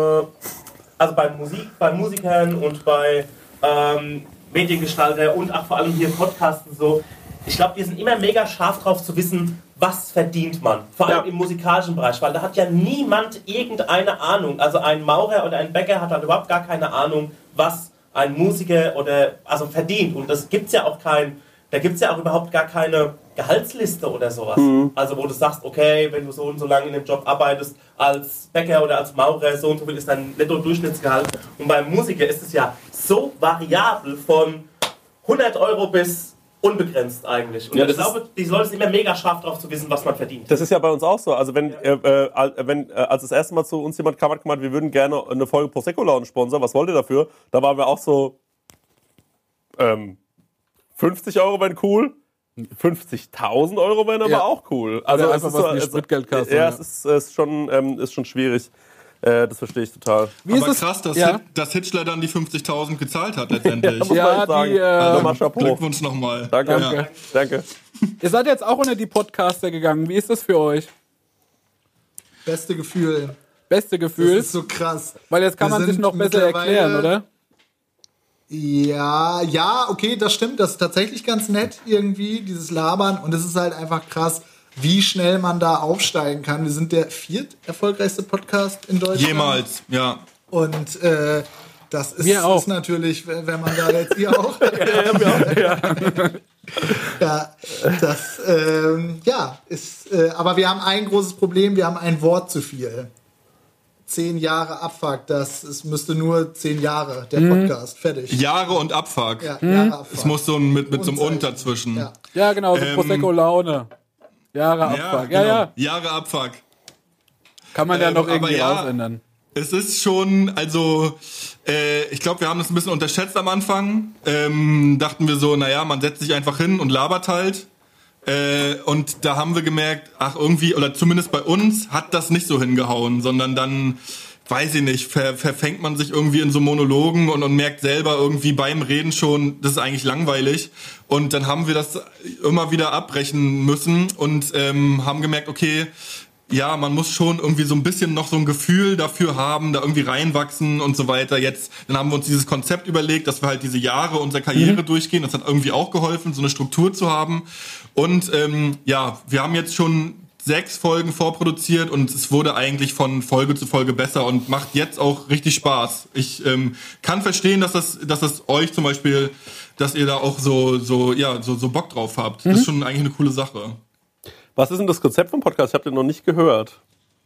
Speaker 8: also bei Musik, bei Musikern und bei ähm, Mediengestalter und auch vor allem hier Podcasten so, ich glaube, die sind immer mega scharf drauf zu wissen, was verdient man. Vor allem ja. im musikalischen Bereich, weil da hat ja niemand irgendeine Ahnung. Also ein Maurer oder ein Bäcker hat halt überhaupt gar keine Ahnung, was ein Musiker oder also verdient. Und das gibt's ja auch kein, da gibt es ja auch überhaupt gar keine Gehaltsliste oder sowas. Mhm. Also wo du sagst, okay, wenn du so und so lange in dem Job arbeitest, als Bäcker oder als Maurer, so und so viel ist dein Netto-Durchschnittsgehalt. Und beim Musiker ist es ja so variabel von hundert Euro bis unbegrenzt eigentlich. Und ja, ich glaube, die Leute sind immer mega scharf darauf zu wissen, was man verdient.
Speaker 3: Das ist ja bei uns auch so. Also wenn, ja. äh, äh, wenn äh, als das erste Mal zu uns jemand kam, hat gemeint, wir würden gerne eine Folge Prosecco Lounge sponsern, was wollt ihr dafür? Da waren wir auch so, ähm, fünfzig Euro wären cool. fünfzigtausend Euro wären aber ja. auch cool.
Speaker 2: Also einfach was in die Spritgeldkasse.
Speaker 3: Ja, ja, es ist, ist, schon, ähm, ist schon schwierig. Äh, das verstehe ich total.
Speaker 4: Wie aber ist krass, dass, ja. Hit, dass Hitchler dann die fünfzigtausend gezahlt hat letztendlich.
Speaker 3: ja, muss ja, man sagen. Die, äh,
Speaker 4: also, nochmal Glückwunsch nochmal.
Speaker 3: Danke.
Speaker 4: Ja.
Speaker 3: Danke. Danke.
Speaker 2: Ihr seid jetzt auch unter die Podcaster gegangen. Wie ist das für euch?
Speaker 5: Beste Gefühl.
Speaker 2: Beste Gefühl?
Speaker 5: Das ist so krass.
Speaker 2: Weil jetzt kann Wir man sich noch besser erklären, oder?
Speaker 5: Ja, ja, okay, das stimmt. Das ist tatsächlich ganz nett irgendwie, dieses Labern. Und es ist halt einfach krass, wie schnell man da aufsteigen kann. Wir sind der viert erfolgreichste Podcast in Deutschland.
Speaker 4: Jemals, ja.
Speaker 5: Und äh, das ist, ist natürlich, wenn man da jetzt ihr auch.
Speaker 3: ja,
Speaker 5: ja, das, ähm, ja, ist, äh, aber wir haben ein großes Problem, wir haben ein Wort zu viel. Zehn Jahre Abfuck, das es müsste nur zehn Jahre, der Podcast, fertig.
Speaker 4: Jahre und Abfuck.
Speaker 5: Ja, Jahre Abfuck.
Speaker 4: Es muss so ein, mit, mit so einem Und dazwischen.
Speaker 5: Ja,
Speaker 2: ja genau, so
Speaker 4: ähm,
Speaker 2: Prosecco Laune. Jahre Abfuck, ja,
Speaker 4: ja.
Speaker 2: ja.
Speaker 4: Genau. Jahre Abfuck.
Speaker 2: Kann man ja
Speaker 4: ähm,
Speaker 2: noch irgendwie
Speaker 4: ja,
Speaker 2: ausändern.
Speaker 4: Es ist schon, also, äh, ich glaube, wir haben das ein bisschen unterschätzt am Anfang. Ähm, dachten wir so, naja, man setzt sich einfach hin und labert halt. Äh, und da haben wir gemerkt, ach irgendwie, oder zumindest bei uns, hat das nicht so hingehauen, sondern dann, weiß ich nicht, ver, verfängt man sich irgendwie in so Monologen und, und merkt selber irgendwie beim Reden schon, das ist eigentlich langweilig. Und dann haben wir das immer wieder abbrechen müssen und ähm, haben gemerkt, okay, ja, man muss schon irgendwie so ein bisschen noch so ein Gefühl dafür haben, da irgendwie reinwachsen und so weiter. Jetzt, dann haben wir uns dieses Konzept überlegt, dass wir halt diese Jahre unserer Karriere mhm. durchgehen. Das hat irgendwie auch geholfen, so eine Struktur zu haben. Und ähm, ja, wir haben jetzt schon sechs Folgen vorproduziert und es wurde eigentlich von Folge zu Folge besser und macht jetzt auch richtig Spaß. Ich ähm, kann verstehen, dass das, dass das euch zum Beispiel, dass ihr da auch so, so, ja, so, so Bock drauf habt. Mhm. Das ist schon eigentlich eine coole Sache.
Speaker 3: Was ist denn das Konzept vom Podcast? Ich habe den noch nicht gehört.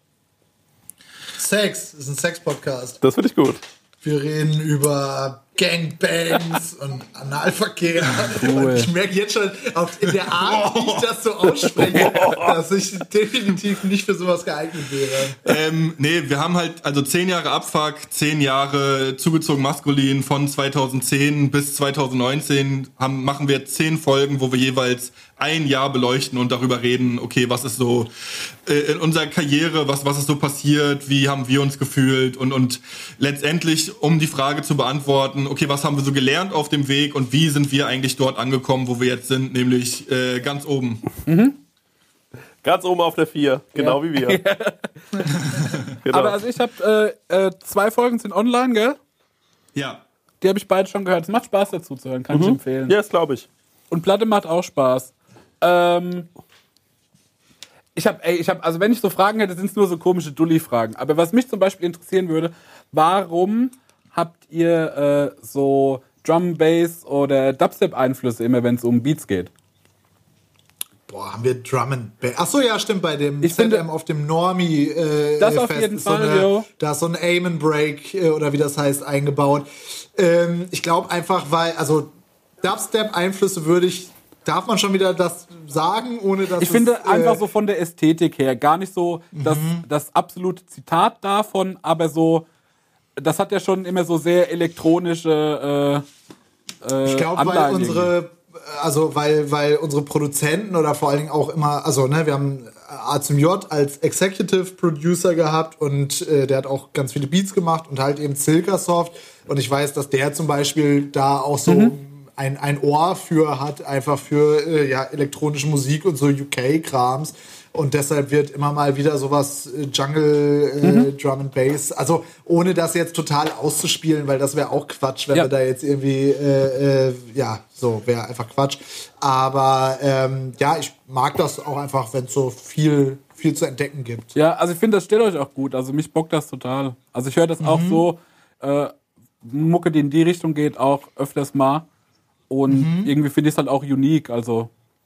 Speaker 5: Sex, das ist ein Sex-Podcast.
Speaker 3: Das finde ich gut.
Speaker 5: Wir reden über Gangbangs und Analverkehr.
Speaker 2: Cool.
Speaker 5: Und ich merke jetzt schon auf, in der Art, wie ich das so ausspreche, dass ich definitiv nicht für sowas geeignet wäre.
Speaker 4: Ähm, nee, wir haben halt, also zehn Jahre Abfuck, zehn Jahre zugezogen maskulin von zweitausendzehn bis zweitausendneunzehn haben, machen wir zehn Folgen, wo wir jeweils ein Jahr beleuchten und darüber reden, okay, was ist so äh, in unserer Karriere, was was ist so passiert, wie haben wir uns gefühlt und und letztendlich, um die Frage zu beantworten, okay, was haben wir so gelernt auf dem Weg und wie sind wir eigentlich dort angekommen, wo wir jetzt sind, nämlich äh, ganz oben.
Speaker 2: Mhm.
Speaker 3: Ganz oben auf der vier, genau
Speaker 2: ja.
Speaker 3: wie wir.
Speaker 2: Genau. Aber also ich habe äh, äh, zwei Folgen sind online, gell?
Speaker 4: Ja.
Speaker 2: Die habe ich beide schon gehört. Es macht Spaß dazu zu hören, kann
Speaker 3: mhm.
Speaker 2: ich empfehlen.
Speaker 3: Ja, das glaube ich.
Speaker 2: Und Platte macht auch Spaß. Ähm, ich habe, ey, ich habe, also wenn ich so Fragen hätte, sind es nur so komische Dulli-Fragen. Aber was mich zum Beispiel interessieren würde, warum habt ihr äh, so Drum, Bass oder Dubstep-Einflüsse immer, wenn es um Beats geht?
Speaker 5: Boah, haben wir Drum and Bass. Achso, ja, stimmt, bei dem
Speaker 2: ich
Speaker 5: Z M
Speaker 2: finde,
Speaker 5: auf dem Normie äh,
Speaker 2: das auf
Speaker 5: Fest
Speaker 2: jeden
Speaker 5: ist so
Speaker 2: Fall,
Speaker 5: eine,
Speaker 2: jo.
Speaker 5: da ist so ein Aim and Break äh, oder wie das heißt, eingebaut. Ähm, ich glaube einfach, weil, also Dubstep-Einflüsse würde ich, darf man schon wieder das sagen, ohne dass
Speaker 2: ich
Speaker 5: es,
Speaker 2: finde
Speaker 5: äh,
Speaker 2: einfach so von der Ästhetik her, gar nicht so das,
Speaker 5: Mhm.
Speaker 2: das absolute Zitat davon, aber so, das hat ja schon immer so sehr elektronische äh, äh,
Speaker 5: Ich glaube, weil
Speaker 2: Anleihen
Speaker 5: unsere, also weil, weil unsere Produzenten oder vor allen Dingen auch immer, also ne, wir haben A zum J als Executive Producer gehabt und äh, der hat auch ganz viele Beats gemacht und halt eben Silkasoft und ich weiß, dass der zum Beispiel da auch so
Speaker 2: Mhm.
Speaker 5: ein, ein Ohr für hat, einfach für äh, ja, elektronische Musik und so U K-Krams. Und deshalb wird immer mal wieder sowas äh, Jungle, äh,
Speaker 2: Mhm.
Speaker 5: Drum and Bass, also ohne das jetzt total auszuspielen, weil das wäre auch Quatsch, wenn
Speaker 2: Ja.
Speaker 5: wir da jetzt irgendwie, äh, äh, ja, so wäre einfach Quatsch. Aber ähm, ja, ich mag das auch einfach, wenn es so viel, viel zu entdecken gibt.
Speaker 2: Ja, also ich finde, das steht euch auch gut. Also mich bockt das total. Also ich höre das auch so, äh, Mucke, die in die Richtung geht, auch öfters mal. Und irgendwie finde ich es halt auch unique. Also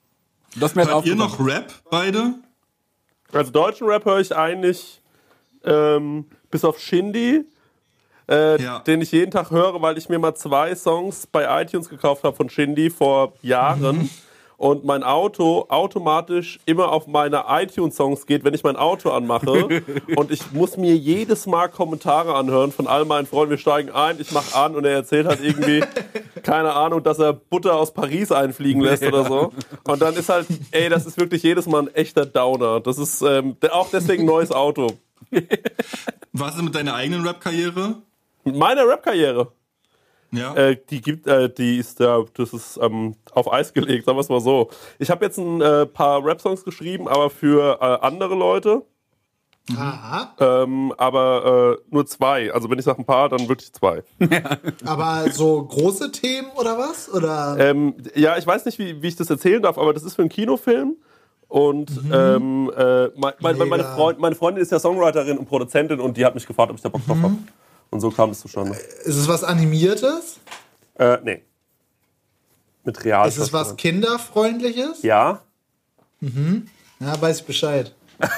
Speaker 2: Das mir
Speaker 4: Hört ihr noch Rap, beide?
Speaker 3: Also deutschen Rap höre ich eigentlich ähm, bis auf Shindy, äh,
Speaker 4: Ja.
Speaker 3: den ich jeden Tag höre, weil ich mir mal zwei Songs bei iTunes gekauft habe von Shindy vor Jahren. Mhm. Und mein Auto automatisch immer auf meine iTunes-Songs geht, wenn ich mein Auto anmache. Und ich muss mir jedes Mal Kommentare anhören von all meinen Freunden. Wir steigen ein, ich mach an und er erzählt halt irgendwie, keine Ahnung, dass er Butter aus Paris einfliegen lässt oder so. Und dann ist halt, ey, das ist wirklich jedes Mal ein echter Downer. Das ist ähm, auch deswegen ein neues Auto.
Speaker 4: Was ist mit deiner eigenen Rap-Karriere?
Speaker 3: Mit meiner Rap-Karriere?
Speaker 4: Ja.
Speaker 3: Äh, die gibt, äh, die ist da, das ist ähm, auf Eis gelegt, sagen wir es mal so. Ich habe jetzt ein äh, paar Rap-Songs geschrieben, aber für äh, andere Leute.
Speaker 5: Aha.
Speaker 3: Ähm, aber äh, nur zwei. Also wenn ich sage ein paar, dann wirklich zwei.
Speaker 5: Aber so große Themen oder was? Oder?
Speaker 3: Ähm, ja, ich weiß nicht, wie, wie ich das erzählen darf, aber das ist für einen Kinofilm. Und mhm. ähm, äh, mein, mein, meine, Freund, meine Freundin ist ja Songwriterin und Produzentin und die hat mich gefragt, ob ich da Bock drauf mhm. habe. Und so kam es zustande.
Speaker 5: Ist es was Animiertes?
Speaker 3: Äh, nee. Mit Real.
Speaker 5: Ist es was Kinderfreundliches?
Speaker 3: Ja.
Speaker 5: Mhm. Ja, weiß ich Bescheid.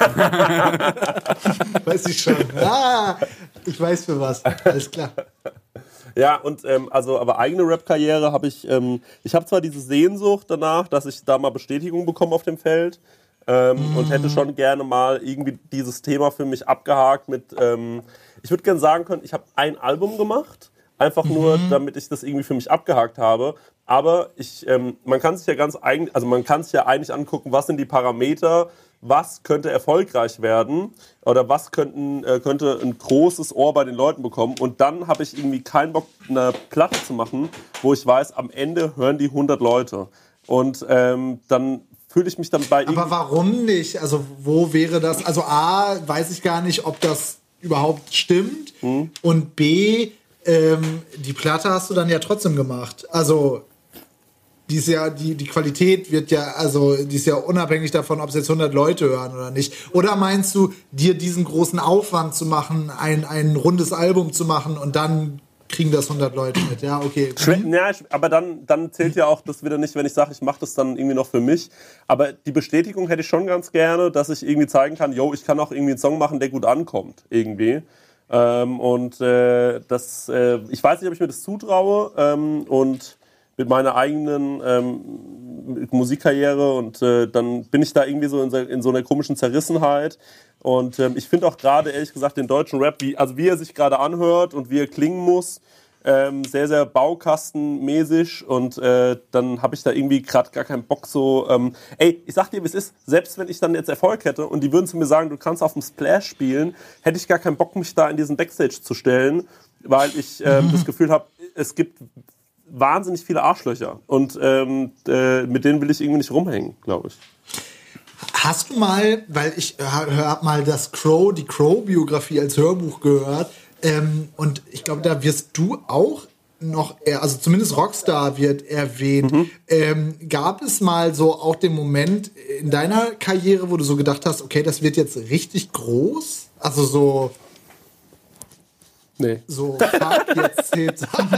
Speaker 5: Weiß ich schon. Ah, ich weiß für was. Alles klar.
Speaker 3: Ja, und ähm, also, aber eigene Rap-Karriere habe ich, ähm, ich habe zwar diese Sehnsucht danach, dass ich da mal Bestätigung bekomme auf dem Feld ähm, mm. und hätte schon gerne mal irgendwie dieses Thema für mich abgehakt mit, ähm, ich würde gerne sagen können, ich habe ein Album gemacht, einfach nur, mhm. damit ich das irgendwie für mich abgehakt habe. Aber ich, ähm, man kann sich ja ganz eigentlich, also man kann sich ja eigentlich angucken, was sind die Parameter, was könnte erfolgreich werden oder was könnten, äh, könnte ein großes Ohr bei den Leuten bekommen. Und dann habe ich irgendwie keinen Bock, eine Platte zu machen, wo ich weiß, am Ende hören die hundert Leute. Und ähm, dann fühle ich mich dann bei...
Speaker 5: Aber warum nicht? Also wo wäre das? Also A, weiß ich gar nicht, ob das überhaupt stimmt. Hm. Und B, ähm, die Platte hast du dann ja trotzdem gemacht. Also... Die ist ja, die, die Qualität wird ja, also, die ist ja unabhängig davon, ob es jetzt hundert Leute hören oder nicht. Oder meinst du, dir diesen großen Aufwand zu machen, ein, ein rundes Album zu machen und dann kriegen das hundert Leute mit? Ja, okay.
Speaker 3: Mhm. Ja, aber dann, dann zählt ja auch das wieder nicht, wenn ich sage, ich mache das dann irgendwie noch für mich. Aber die Bestätigung hätte ich schon ganz gerne, dass ich irgendwie zeigen kann, yo, ich kann auch irgendwie einen Song machen, der gut ankommt, irgendwie. Ähm, und äh, das, äh, ich weiß nicht, ob ich mir das zutraue. Ähm, und mit meiner eigenen ähm, Musikkarriere und äh, dann bin ich da irgendwie so in so, in so einer komischen Zerrissenheit und ähm, ich finde auch gerade, ehrlich gesagt, den deutschen Rap, wie, also wie er sich gerade anhört und wie er klingen muss, ähm, sehr, sehr baukastenmäßig und äh, dann habe ich da irgendwie gerade gar keinen Bock so, ähm, ey, ich sag dir, wie es ist, selbst wenn ich dann jetzt Erfolg hätte und die würden zu mir sagen, du kannst auf dem Splash spielen, hätte ich gar keinen Bock, mich da in diesen Backstage zu stellen, weil ich ähm, das Gefühl habe, es gibt wahnsinnig viele Arschlöcher und ähm, äh, mit denen will ich irgendwie nicht rumhängen, glaube ich.
Speaker 5: Hast du mal, weil ich habe mal das Crow, die Crow-Biografie als Hörbuch gehört ähm, und ich glaube, da wirst du auch noch, also zumindest Rockstar wird erwähnt. Mhm. Ähm, gab es mal so auch den Moment in deiner Karriere, wo du so gedacht hast, okay, das wird jetzt richtig groß? Also so...
Speaker 3: Nee.
Speaker 5: So, fuck, jetzt zählt's.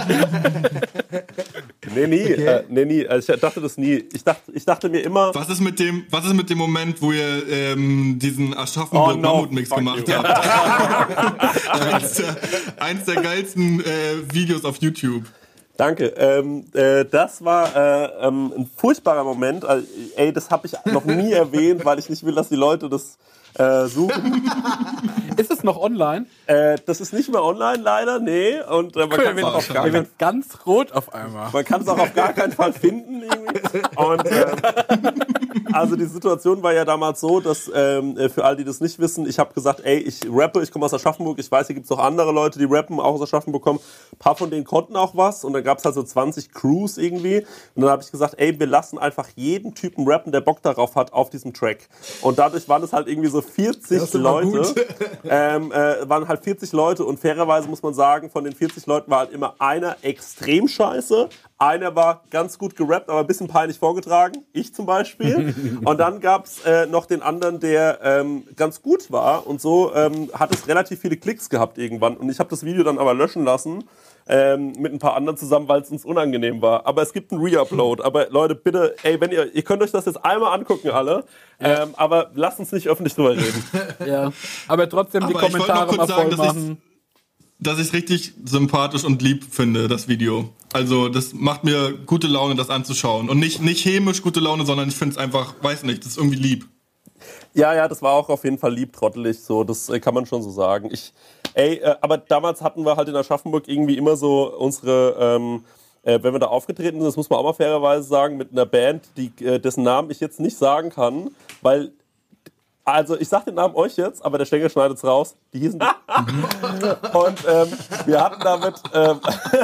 Speaker 3: Nee, nie. Okay. Äh, nee, nie. Also ich dachte das nie. Ich dachte, ich dachte mir immer...
Speaker 4: Was ist mit dem, was ist mit dem Moment, wo ihr ähm, diesen Aschaffenburg-Mammut-Mix oh, no. gemacht you. habt? eins, der, eins der geilsten äh, Videos auf YouTube.
Speaker 3: Danke. Ähm, äh, das war äh, ähm, ein furchtbarer Moment. Also, ey, das habe ich noch nie erwähnt, weil ich nicht will, dass die Leute das äh, suchen.
Speaker 2: Ist es noch online?
Speaker 3: Äh, das ist nicht mehr online, leider, nee. Und äh, man kann es auch auf gar keinen Fall.
Speaker 2: Ganz rot auf einmal.
Speaker 3: Man kann es auch auf gar keinen Fall finden. Irgendwie. Und äh, also die Situation war ja damals so, dass ähm, für all die das nicht wissen, ich habe gesagt, ey, ich rappe, ich komme aus Aschaffenburg, ich weiß, hier gibt es auch andere Leute, die rappen, auch aus Aschaffenburg kommen. Ein paar von denen konnten auch was und dann gab es halt so zwanzig Crews irgendwie. Und dann habe ich gesagt, ey, wir lassen einfach jeden Typen rappen, der Bock darauf hat, auf diesem Track. Und dadurch waren es halt irgendwie so vierzig Leute. Ähm, äh, waren halt vierzig Leute und fairerweise muss man sagen, von den vierzig Leuten war halt immer einer extrem scheiße, einer war ganz gut gerappt, aber ein bisschen peinlich vorgetragen, ich zum Beispiel. Und dann gab's äh, noch den anderen, der ähm, ganz gut war und so ähm, hat es relativ viele Klicks gehabt irgendwann. Und ich habe das Video dann aber löschen lassen, ähm, mit ein paar anderen zusammen, weil es uns unangenehm war. Aber es gibt einen Reupload. Aber Leute, bitte, ey, wenn ihr, ihr könnt euch das jetzt einmal angucken, alle. Ähm, aber lasst uns nicht öffentlich drüber reden.
Speaker 2: Ja. Aber trotzdem
Speaker 4: Aber
Speaker 2: die
Speaker 4: ich wollte
Speaker 2: Kommentare
Speaker 4: noch
Speaker 2: mal
Speaker 4: kurz
Speaker 2: voll
Speaker 4: sagen, dass
Speaker 2: machen.
Speaker 4: dass ich es richtig sympathisch und lieb finde, das Video. Also das macht mir gute Laune, das anzuschauen. Und nicht, nicht hämisch gute Laune, sondern ich finde es einfach, weiß nicht, das ist irgendwie lieb.
Speaker 3: Ja, ja, das war auch auf jeden Fall lieb, trottelig, so, das äh, kann man schon so sagen. Ich, ey, äh, aber damals hatten wir halt in Aschaffenburg irgendwie immer so unsere, ähm, äh, wenn wir da aufgetreten sind, das muss man auch mal fairerweise sagen, mit einer Band, die, äh, dessen Namen ich jetzt nicht sagen kann, weil, also ich sag den Namen euch jetzt, aber der Stengel schneidet's raus, die hießen und ähm, wir hatten damit ähm,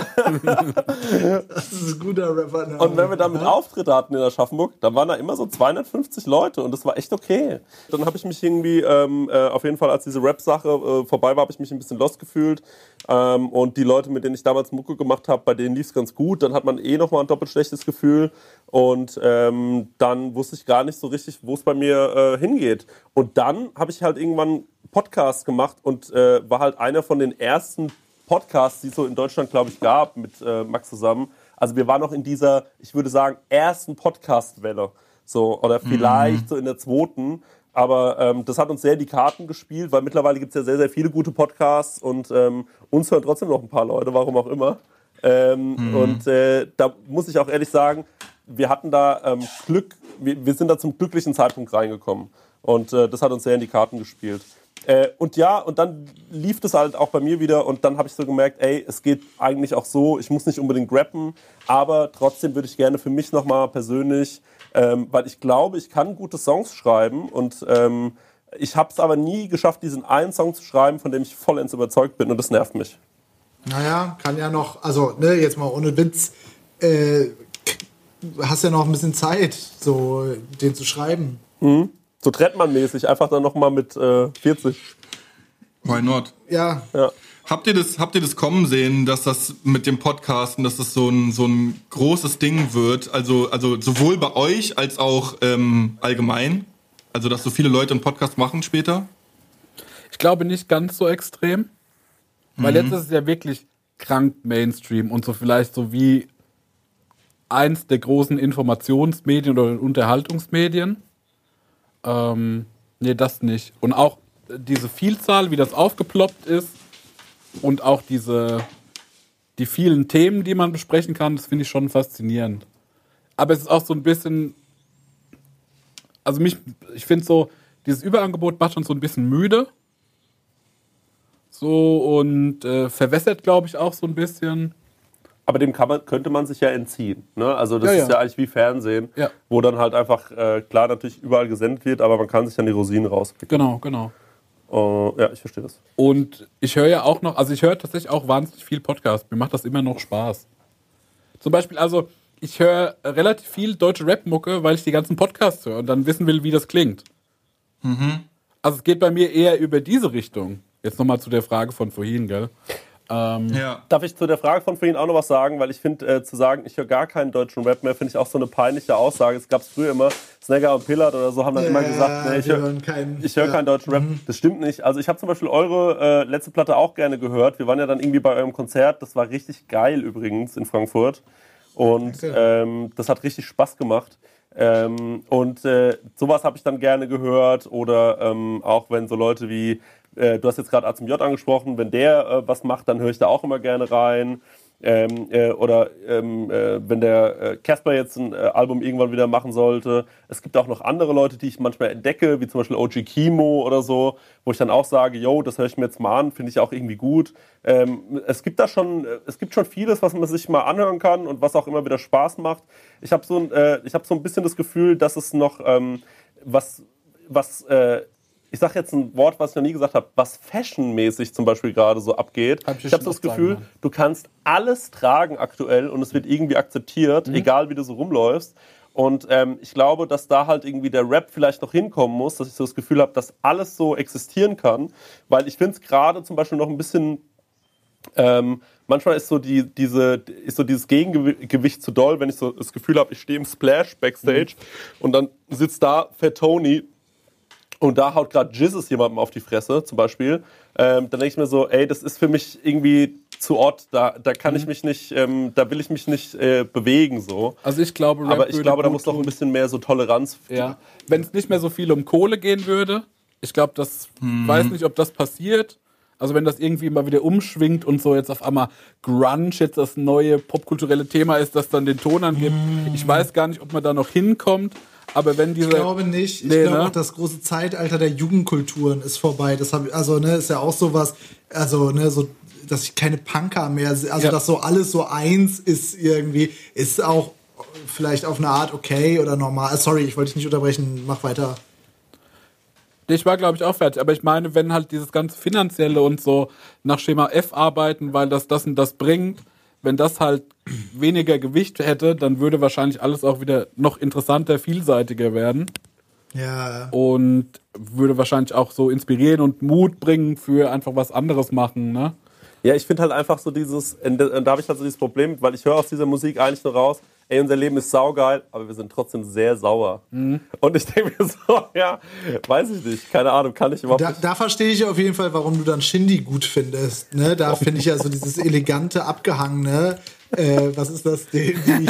Speaker 5: Das ist ein guter Rapper. Ne?
Speaker 3: und wenn wir damit Auftritte hatten in Aschaffenburg, dann waren da immer so zweihundertfünfzig Leute und das war echt okay. Dann habe ich mich irgendwie, ähm, äh, auf jeden Fall, als diese Rap-Sache äh, vorbei war, habe ich mich ein bisschen lost gefühlt ähm, und die Leute, mit denen ich damals Mucke gemacht habe, bei denen lief's ganz gut, dann hat man eh nochmal ein doppelt schlechtes Gefühl und ähm, dann wusste ich gar nicht so richtig, wo es bei mir äh, hingeht. Und dann habe ich halt irgendwann Podcast gemacht und äh, war halt einer von den ersten Podcasts, die es so in Deutschland, glaube ich, gab, mit äh, Max zusammen. Also wir waren noch in dieser, ich würde sagen, ersten Podcast-Welle. So, oder vielleicht mhm. so in der zweiten. Aber ähm, das hat uns sehr in die Karten gespielt, weil mittlerweile gibt es ja sehr, sehr viele gute Podcasts und ähm, uns hören trotzdem noch ein paar Leute, warum auch immer. Ähm, mhm. Und äh, da muss ich auch ehrlich sagen, wir hatten da ähm, Glück, wir, wir sind da zum glücklichen Zeitpunkt reingekommen. Und äh, das hat uns sehr in die Karten gespielt. Äh, und ja, und dann lief das halt auch bei mir wieder und dann habe ich so gemerkt, ey, es geht eigentlich auch so, ich muss nicht unbedingt rappen, aber trotzdem würde ich gerne für mich nochmal persönlich, ähm, weil ich glaube, ich kann gute Songs schreiben und ähm, ich habe es aber nie geschafft, diesen einen Song zu schreiben, von dem ich vollends überzeugt bin und das nervt mich.
Speaker 5: Naja, kann ja noch, also ne, jetzt mal ohne Witz, äh, hast ja noch ein bisschen Zeit, so den zu schreiben.
Speaker 3: Mhm. So Trettmann-mäßig, einfach dann nochmal mit äh, vierzig.
Speaker 4: Why not?
Speaker 5: Ja.
Speaker 3: ja.
Speaker 4: Habt ihr das, habt ihr das kommen sehen, dass das mit dem Podcasten, dass das so ein, so ein großes Ding wird? Also, also sowohl bei euch als auch ähm, allgemein? Also, dass so viele Leute einen Podcast machen später?
Speaker 2: Ich glaube nicht ganz so extrem. Weil mhm. jetzt ist es ja wirklich krank Mainstream und so vielleicht so wie eins der großen Informationsmedien oder Unterhaltungsmedien. Ähm, nee, das nicht. Und auch diese Vielzahl, wie das aufgeploppt ist und auch diese die vielen Themen, die man besprechen kann, das finde ich schon faszinierend. Aber es ist auch so ein bisschen, also mich, ich finde so, dieses Überangebot macht schon so ein bisschen müde. So und äh, verwässert, glaube ich, auch so ein bisschen.
Speaker 3: Aber dem kann man, könnte man sich ja entziehen. Ne? Also das
Speaker 2: ja,
Speaker 3: ist ja eigentlich wie Fernsehen,
Speaker 2: ja.
Speaker 3: wo dann halt einfach, äh, klar, natürlich überall gesendet wird, aber man kann sich dann die Rosinen rauspicken.
Speaker 2: Genau, genau.
Speaker 3: Uh, ja, ich verstehe das.
Speaker 2: Und ich höre ja auch noch, also ich höre tatsächlich auch wahnsinnig viel Podcast. Mir macht das immer noch Spaß. Zum Beispiel, also ich höre relativ viel deutsche Rap-Mucke, weil ich die ganzen Podcasts höre und dann wissen will, wie das klingt.
Speaker 4: Mhm.
Speaker 2: Also es geht bei mir eher über diese Richtung. Jetzt nochmal zu der Frage von vorhin, gell? Ähm,
Speaker 4: ja.
Speaker 3: Darf ich zu der Frage von vorhin auch noch was sagen? Weil ich finde, äh, zu sagen, ich höre gar keinen deutschen Rap mehr, finde ich auch so eine peinliche Aussage. Es gab es früher immer, Snagger und Pillard oder so haben dann
Speaker 5: ja,
Speaker 3: immer gesagt, nee, ich höre
Speaker 5: keinen,
Speaker 3: ich hör
Speaker 5: ja.
Speaker 3: keinen deutschen Rap.
Speaker 5: Mhm.
Speaker 3: Das stimmt nicht. Also ich habe zum Beispiel eure äh, letzte Platte auch gerne gehört. Wir waren ja dann irgendwie bei eurem Konzert. Das war richtig geil übrigens in Frankfurt. Und ähm, das hat richtig Spaß gemacht. Ähm, und äh, sowas habe ich dann gerne gehört. Oder ähm, auch wenn so Leute wie Äh, du hast jetzt gerade A zum J angesprochen, wenn der äh, was macht, dann höre ich da auch immer gerne rein. Ähm, äh, oder ähm, äh, wenn der Casper äh, jetzt ein äh, Album irgendwann wieder machen sollte. Es gibt auch noch andere Leute, die ich manchmal entdecke, wie zum Beispiel O G Kimo oder so, wo ich dann auch sage, yo, das höre ich mir jetzt mal an, finde ich auch irgendwie gut. Ähm, es gibt da schon, es gibt schon vieles, was man sich mal anhören kann und was auch immer wieder Spaß macht. Ich habe so, ein, äh, ich hab so ein bisschen das Gefühl, dass es noch ähm, was, was äh, ich sage jetzt ein Wort, was ich noch nie gesagt habe, was fashionmäßig zum Beispiel gerade so abgeht. Hab ich ich habe so das Gefühl, sagen, du kannst alles tragen aktuell und es wird irgendwie akzeptiert, mhm. egal wie du so rumläufst. Und ähm, ich glaube, dass da halt irgendwie der Rap vielleicht noch hinkommen muss, dass ich so das Gefühl habe, dass alles so existieren kann. Weil ich finde es gerade zum Beispiel noch ein bisschen... Ähm, manchmal ist so, die, diese, ist so dieses Gegengewicht zu doll, wenn ich so das Gefühl habe, ich stehe im Splash Backstage mhm. und dann sitzt da Fat Tony und da haut gerade Jizzes jemandem auf die Fresse, zum Beispiel, ähm, dann denke ich mir so, ey, das ist für mich irgendwie zu Ort, da, da kann ich mich nicht, ähm, da will ich mich nicht äh, bewegen, so.
Speaker 2: Also ich glaube, Rap
Speaker 3: aber ich
Speaker 2: würde
Speaker 3: glaube, da
Speaker 2: gut
Speaker 3: muss noch ein
Speaker 2: tun.
Speaker 3: bisschen mehr so Toleranz.
Speaker 2: Ja. Wenn es nicht mehr so viel um Kohle gehen würde, ich glaube, das
Speaker 4: Mhm.
Speaker 2: weiß nicht, ob das passiert. Also wenn das irgendwie mal wieder umschwingt und so jetzt auf einmal Grunge jetzt das neue popkulturelle Thema ist, das dann den Ton angibt.
Speaker 5: Mhm.
Speaker 2: Ich weiß gar nicht, ob man da noch hinkommt. Aber wenn diese,
Speaker 5: Ich glaube nicht. Ich
Speaker 2: Nee,
Speaker 5: glaube
Speaker 2: ne?
Speaker 5: auch, das große Zeitalter der Jugendkulturen ist vorbei. Das hab, also, ne, ist ja auch sowas, also, ne, so, dass ich keine Punker mehr sehe. Also,
Speaker 2: Ja.
Speaker 5: dass so alles so eins ist irgendwie, ist auch vielleicht auf eine Art okay oder normal. Sorry, ich wollte dich nicht unterbrechen. Mach weiter.
Speaker 2: Ich war, glaube ich, auch fertig. Aber ich meine, wenn halt dieses ganze Finanzielle und so nach Schema F arbeiten, weil das das und das bringt, wenn das halt weniger Gewicht hätte, dann würde wahrscheinlich alles auch wieder noch interessanter, vielseitiger werden.
Speaker 5: Ja.
Speaker 2: Und würde wahrscheinlich auch so inspirieren und Mut bringen für einfach was anderes machen, ne?
Speaker 3: Ja, ich finde halt einfach so dieses, und da habe ich halt so dieses Problem, weil ich höre aus dieser Musik eigentlich nur raus, ey, unser Leben ist saugeil, aber wir sind trotzdem sehr sauer.
Speaker 2: Mhm.
Speaker 3: Und ich denke mir so, ja, weiß ich nicht, keine Ahnung, kann ich überhaupt
Speaker 5: Da,
Speaker 3: nicht.
Speaker 5: da verstehe ich auf jeden Fall, warum du dann Shindy gut findest. Ne? Da finde ich ja so dieses elegante, abgehangene. Äh, was ist das? Die, die,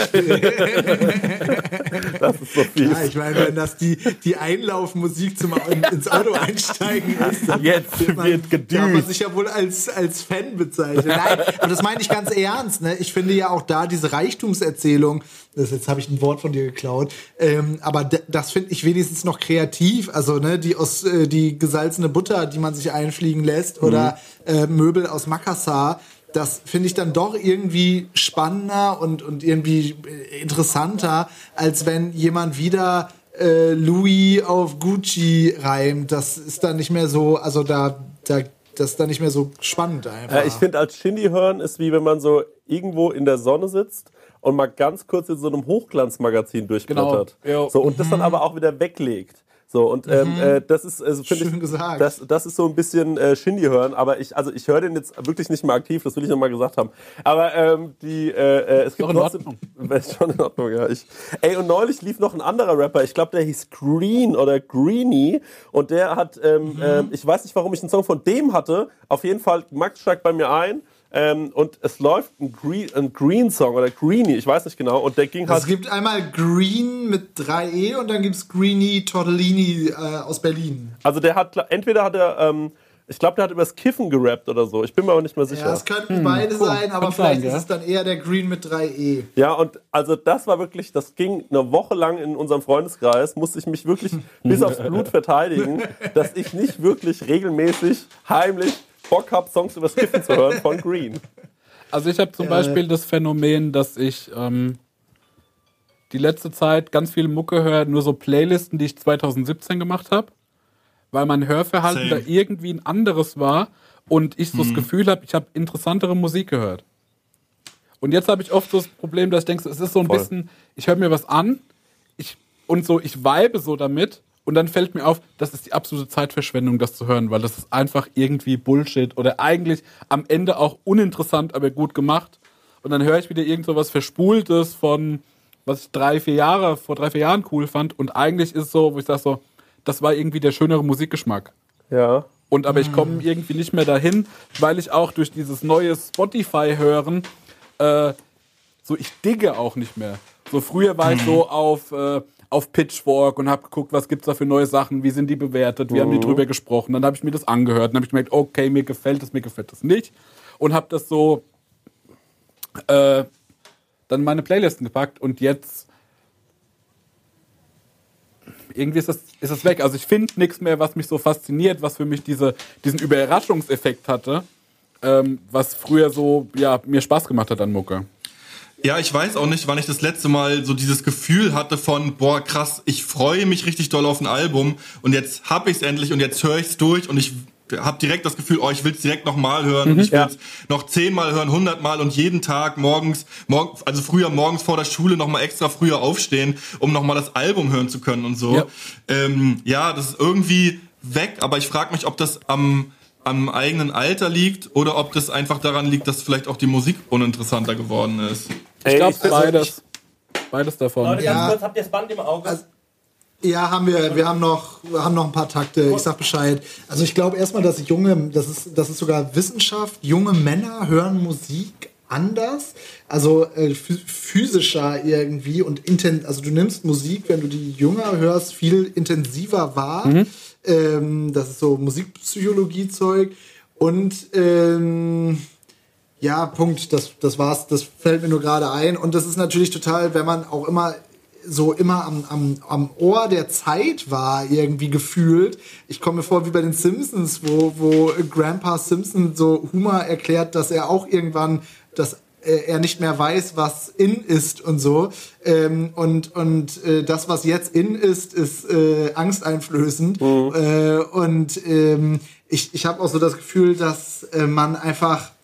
Speaker 3: Das ist so fies.
Speaker 5: ja, ich meine, wenn das die, die Einlaufmusik zum in, ins Auto einsteigen ist, dann
Speaker 3: Jetzt
Speaker 5: wird man,
Speaker 3: wird gedüst.
Speaker 5: darf man sich ja wohl als, als Fan bezeichnen. Nein, aber das meine ich ganz ernst. Ne? Ich finde ja auch da diese Reichtumserzählung, das jetzt habe ich ein Wort von dir geklaut, ähm, aber d- das finde ich wenigstens noch kreativ. Also ne, die aus äh, die gesalzene Butter, die man sich einfliegen lässt, oder äh, Möbel aus Makassar. Das finde ich dann doch irgendwie spannender und, und irgendwie interessanter, als wenn jemand wieder äh, Louis auf Gucci reimt. Das ist dann nicht mehr so, also da, da das ist dann nicht mehr so spannend einfach.
Speaker 3: Äh, ich finde, als Shindy hören ist wie wenn man so irgendwo in der Sonne sitzt und mal ganz kurz in so einem Hochglanzmagazin durchblättert.
Speaker 2: Genau. Ja.
Speaker 3: So, und das dann aber auch wieder weglegt. So, und ähm, äh, das ist, also, finde
Speaker 5: Schön
Speaker 3: ich,
Speaker 5: gesagt.
Speaker 3: das, das ist so ein bisschen äh, Shindy hören, aber ich, also ich höre den jetzt wirklich nicht mehr aktiv, das will ich nochmal gesagt haben. Aber ähm, die, äh, äh, es gibt
Speaker 2: Doch in
Speaker 3: trotzdem, ist schon in Ordnung, ja. Ich, ey, und neulich lief noch ein anderer Rapper, ich glaube, der hieß Green oder Greenie, und der hat, ähm,
Speaker 5: Mhm.
Speaker 3: ähm, ich weiß nicht, warum ich einen Song von dem hatte, auf jeden Fall, Max steigt bei mir ein, ähm, und es läuft ein Green, ein Green Song oder Greenie, ich weiß nicht genau, und der ging halt.
Speaker 5: Es gibt einmal Green mit drei E und dann gibt es Greenie Tortellini äh, aus Berlin.
Speaker 3: Also der hat, entweder hat er, ähm, ich glaube, der hat übers Kiffen gerappt oder so. Ich bin mir aber nicht mehr sicher.
Speaker 5: Ja, es könnten beide sein, aber
Speaker 2: Kann
Speaker 5: vielleicht
Speaker 2: sein,
Speaker 5: ist
Speaker 2: ja.
Speaker 5: es dann eher der Green mit drei E.
Speaker 3: Ja, und also das war wirklich, das ging eine Woche lang in unserem Freundeskreis, musste ich mich wirklich bis aufs Blut verteidigen, dass ich nicht wirklich regelmäßig, heimlich Bock habe, Songs übers Kiffen zu hören von Green.
Speaker 2: Also ich habe zum Beispiel das Phänomen, dass ich ähm, die letzte Zeit ganz viel Mucke höre, nur so Playlisten, die ich zwanzig siebzehn gemacht habe, weil mein Hörverhalten
Speaker 4: Same.
Speaker 2: da irgendwie ein anderes war und ich so das Gefühl habe, ich habe interessantere Musik gehört. Und jetzt habe ich oft so das Problem, dass ich denke, so, es ist so ein
Speaker 3: Voll.
Speaker 2: bisschen, ich höre mir was an ich, und so, ich vibe so damit und dann fällt mir auf, das ist die absolute Zeitverschwendung, das zu hören, weil das ist einfach irgendwie Bullshit oder eigentlich am Ende auch uninteressant, aber gut gemacht. Und dann höre ich wieder irgend so was Verspultes von, was ich drei, vier Jahre, vor drei, vier Jahren cool fand. Und eigentlich ist es so, wo ich sage so, das war irgendwie der schönere Musikgeschmack.
Speaker 3: Ja.
Speaker 2: Und aber ich komme irgendwie nicht mehr dahin, weil ich auch durch dieses neue Spotify-Hören, äh, so ich digge auch nicht mehr. So früher war ich so auf, äh, auf Pitchfork und habe geguckt, was gibt's da für neue Sachen, wie sind die bewertet, wie haben die drüber gesprochen. Dann habe ich mir das angehört und habe ich gemerkt, okay, mir gefällt das, mir gefällt das nicht. Und habe das so äh, dann in meine Playlisten gepackt und jetzt irgendwie ist das, ist das weg. Also ich finde nichts mehr, was mich so fasziniert, was für mich diese, diesen Überraschungseffekt hatte, ähm, was früher so ja, mir Spaß gemacht hat an Mucke.
Speaker 4: Ja, ich weiß auch nicht, wann ich das letzte Mal so dieses Gefühl hatte von, boah, krass, ich freue mich richtig doll auf ein Album und jetzt hab ich's endlich und jetzt höre ich's durch und ich hab direkt das Gefühl, oh, ich will's direkt nochmal hören und ich will's noch zehnmal hören, hundertmal und jeden Tag morgens, morgen, also früher morgens vor der Schule nochmal extra früher aufstehen, um nochmal das Album hören zu können und so.
Speaker 2: Ja,
Speaker 4: ähm, ja das ist irgendwie weg, aber ich frage mich, ob das am am eigenen Alter liegt oder ob das einfach daran liegt, dass vielleicht auch die Musik uninteressanter geworden ist.
Speaker 2: Ich glaube
Speaker 3: Ey,
Speaker 2: beides. Beides davon.
Speaker 8: Leute, ganz
Speaker 5: Ja.
Speaker 8: kurz, habt ihr das Band im Auge?
Speaker 5: Also- Ja, haben wir. Wir haben noch, wir haben noch ein paar Takte. Ich sag Bescheid. Also ich glaube erstmal, dass junge, das ist, das ist sogar Wissenschaft. Junge Männer hören Musik anders, also äh, physischer irgendwie und inten, also du nimmst Musik, wenn du die jünger hörst, viel intensiver wahr. Mhm. Ähm, das ist so Musikpsychologie-Zeug. Und ähm, ja, Punkt. Das, das war's. Das fällt mir nur gerade ein. Und das ist natürlich total, wenn man auch immer so immer am, am, am Ohr der Zeit war, irgendwie gefühlt. Ich komme mir vor wie bei den Simpsons, wo, wo Grandpa Simpson so Homer erklärt, dass er auch irgendwann, dass er nicht mehr weiß, was in ist und so. Ähm, und und äh, das, was jetzt in ist, ist äh, angsteinflößend. Mhm. Äh, und ähm, ich, ich habe auch so das Gefühl, dass äh, man einfach,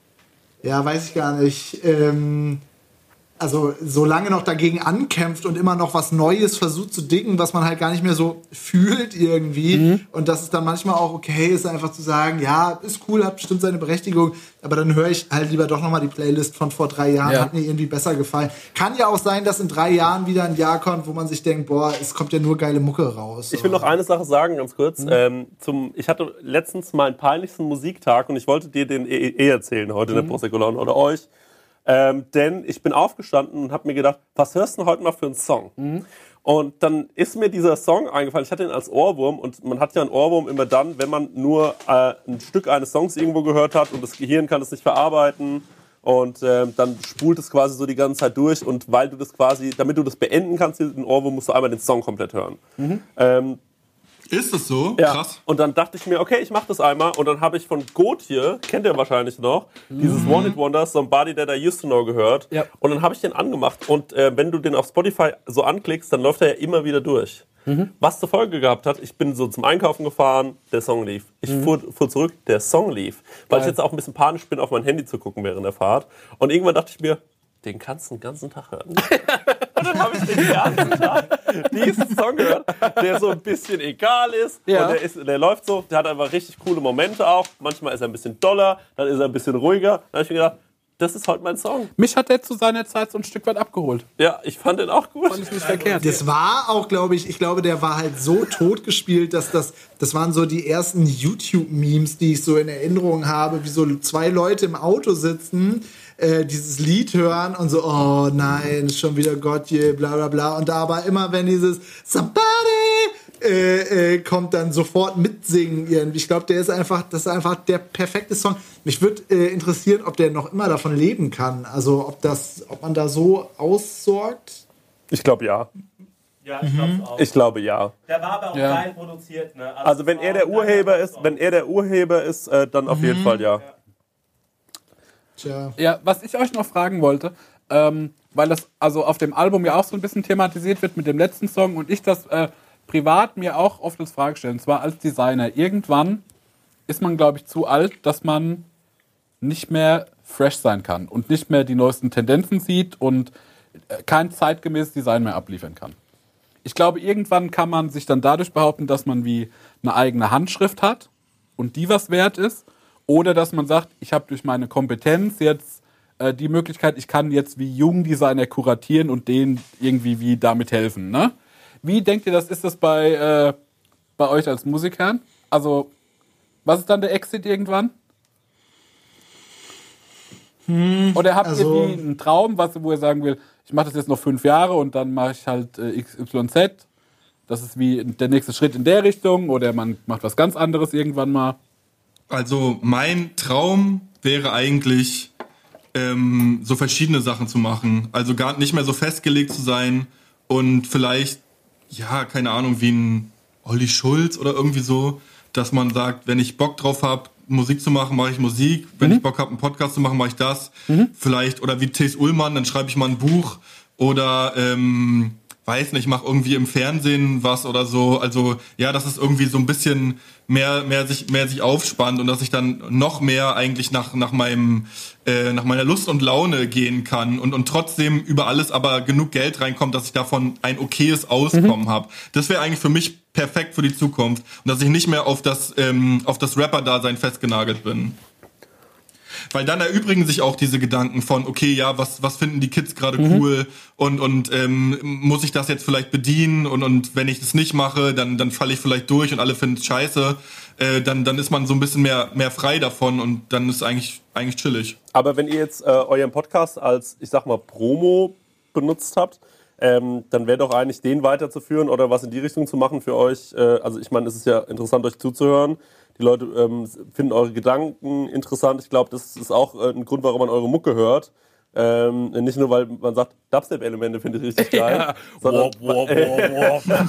Speaker 5: ja, weiß ich gar nicht, ähm, also so lange noch dagegen ankämpft und immer noch was Neues versucht zu dingen, was man halt gar nicht mehr so fühlt irgendwie. Mhm. Und das ist dann manchmal auch okay, ist einfach zu sagen, ja, ist cool, hat bestimmt seine Berechtigung, aber dann höre ich halt lieber doch nochmal die Playlist von vor drei Jahren, ja. Hat mir irgendwie besser gefallen. Kann ja auch sein, dass in drei Jahren wieder ein Jahr kommt, wo man sich denkt, boah, es kommt ja nur geile Mucke raus.
Speaker 3: Ich will noch eine Sache sagen, ganz kurz. Mhm. Ähm, zum, ich hatte letztens meinen peinlichsten Musiktag und ich wollte dir den eh, eh erzählen heute mhm. in der Prosecco-Laune oder euch. Ähm, denn ich bin aufgestanden und habe mir gedacht, was hörst du denn heute mal für einen Song? Mhm. Und dann ist mir dieser Song eingefallen, ich hatte ihn als Ohrwurm und man hat ja einen Ohrwurm immer dann, wenn man nur äh, ein Stück eines Songs irgendwo gehört hat und das Gehirn kann es nicht verarbeiten und äh, dann spult es quasi so die ganze Zeit durch und weil du das quasi, damit du das beenden kannst, den Ohrwurm, musst du einmal den Song komplett hören. Mhm. Ähm,
Speaker 4: Ist das so?
Speaker 3: Ja.
Speaker 4: Krass.
Speaker 3: Und dann dachte ich mir, okay, ich mach das einmal. Und dann habe ich von Gotye, kennt ihr wahrscheinlich noch, mhm. dieses One Hit Wonder, Somebody That I Used to Know gehört. Ja. Und dann habe ich den angemacht. Und äh, wenn du den auf Spotify so anklickst, dann läuft er ja immer wieder durch. Mhm. Was zur Folge gehabt hat, ich bin so zum Einkaufen gefahren, der Song lief. Ich mhm. fuhr, fuhr zurück, der Song lief. Weil Geil. Ich jetzt auch ein bisschen panisch bin, auf mein Handy zu gucken während der Fahrt. Und irgendwann dachte ich mir, den kannst du den ganzen Tag hören. Und dann habe ich den ganzen Tag diesen Song gehört, der so ein bisschen egal ist. Ja. Und der, ist, der läuft so, der hat einfach richtig coole Momente auch. Manchmal ist er ein bisschen doller, dann ist er ein bisschen ruhiger. Dann habe ich mir gedacht, das ist heute mein Song.
Speaker 2: Mich hat der zu seiner Zeit so ein Stück weit abgeholt.
Speaker 3: Ja, ich fand den auch gut.
Speaker 2: Fand ich nicht verkehrt.
Speaker 5: Das war auch, glaube ich, ich glaube, der war halt so totgespielt, dass das, das waren so die ersten YouTube-Memes, die ich so in Erinnerung habe, wie so zwei Leute im Auto sitzen, äh, dieses Lied hören und so, oh nein, schon wieder Gotye, bla bla bla. Und da aber immer, wenn dieses Somebody Äh, äh, kommt, dann sofort mitsingen irgendwie. Ich glaube, der ist einfach, das ist einfach der perfekte Song. Mich würde äh, interessieren, ob der noch immer davon leben kann. Also ob das, ob man da so aussorgt.
Speaker 3: Ich glaube ja.
Speaker 8: Ja, ich glaube auch.
Speaker 3: Ich glaube ja.
Speaker 8: Der war aber auch
Speaker 3: ja.
Speaker 8: geil produziert, ne? Also,
Speaker 3: also wenn er der Urheber ist, wenn er der Urheber ist, äh, dann auf mhm. jeden Fall ja.
Speaker 8: ja.
Speaker 2: Tja. Ja, was ich euch noch fragen wollte, ähm, weil das also auf dem Album ja auch so ein bisschen thematisiert wird mit dem letzten Song und ich das äh, privat mir auch oft als Frage stellen, und zwar als Designer. Irgendwann ist man, glaube ich, zu alt, dass man nicht mehr fresh sein kann und nicht mehr die neuesten Tendenzen sieht und kein zeitgemäßes Design mehr abliefern kann. Ich glaube, irgendwann kann man sich dann dadurch behaupten, dass man wie eine eigene Handschrift hat und die was wert ist, oder dass man sagt, ich habe durch meine Kompetenz jetzt äh, die Möglichkeit, ich kann jetzt wie Jugenddesigner kuratieren und denen irgendwie wie damit helfen, ne? Wie denkt ihr, das ist das bei, äh, bei euch als Musikern? Also, was ist dann der Exit irgendwann? Hm, Oder habt also, ihr wie einen Traum, was, wo ihr sagen will, ich mache das jetzt noch fünf Jahre und dann mache ich halt äh, X Y Z? Das ist wie der nächste Schritt in der Richtung oder man macht was ganz anderes irgendwann mal?
Speaker 4: Also, mein Traum wäre eigentlich, ähm, so verschiedene Sachen zu machen. Also gar nicht mehr so festgelegt zu sein und vielleicht ja, keine Ahnung, wie ein Olli Schulz oder irgendwie so, dass man sagt, wenn ich Bock drauf habe, Musik zu machen, mache ich Musik. Wenn mhm. ich Bock habe, einen Podcast zu machen, mache ich das. Mhm. Vielleicht, oder wie T. Ullmann, dann schreibe ich mal ein Buch. Oder, ähm, weiß nicht, mache irgendwie im Fernsehen was oder so. Also, ja, dass es irgendwie so ein bisschen mehr, mehr sich, mehr sich aufspannt und dass ich dann noch mehr eigentlich nach, nach meinem, äh, nach meiner Lust und Laune gehen kann und, und trotzdem über alles aber genug Geld reinkommt, dass ich davon ein okayes Auskommen mhm. habe. Das wäre eigentlich für mich perfekt für die Zukunft und dass ich nicht mehr auf das, ähm, auf das Rapper-Dasein festgenagelt bin. Weil dann erübrigen sich auch diese Gedanken von, okay, ja, was was finden die Kids gerade
Speaker 2: Mhm.
Speaker 4: cool und und ähm, muss ich das jetzt vielleicht bedienen und und wenn ich das nicht mache, dann dann falle ich vielleicht durch und alle finden es scheiße. Äh, dann dann ist man so ein bisschen mehr mehr frei davon und dann ist eigentlich eigentlich chillig.
Speaker 3: Aber wenn ihr jetzt äh, euren Podcast als, ich sag mal, Promo benutzt habt, ähm, dann wäre doch eigentlich den weiterzuführen oder was in die Richtung zu machen für euch. Äh, also ich meine, es ist ja interessant, euch zuzuhören. Die Leute ähm, finden eure Gedanken interessant. Ich glaube, das ist auch äh, ein Grund, warum man eure Mucke hört. Ähm, nicht nur, weil man sagt, Dubstep-Elemente finde ich richtig geil.
Speaker 2: Ja.
Speaker 3: Sondern,
Speaker 2: Wow, wow, wow,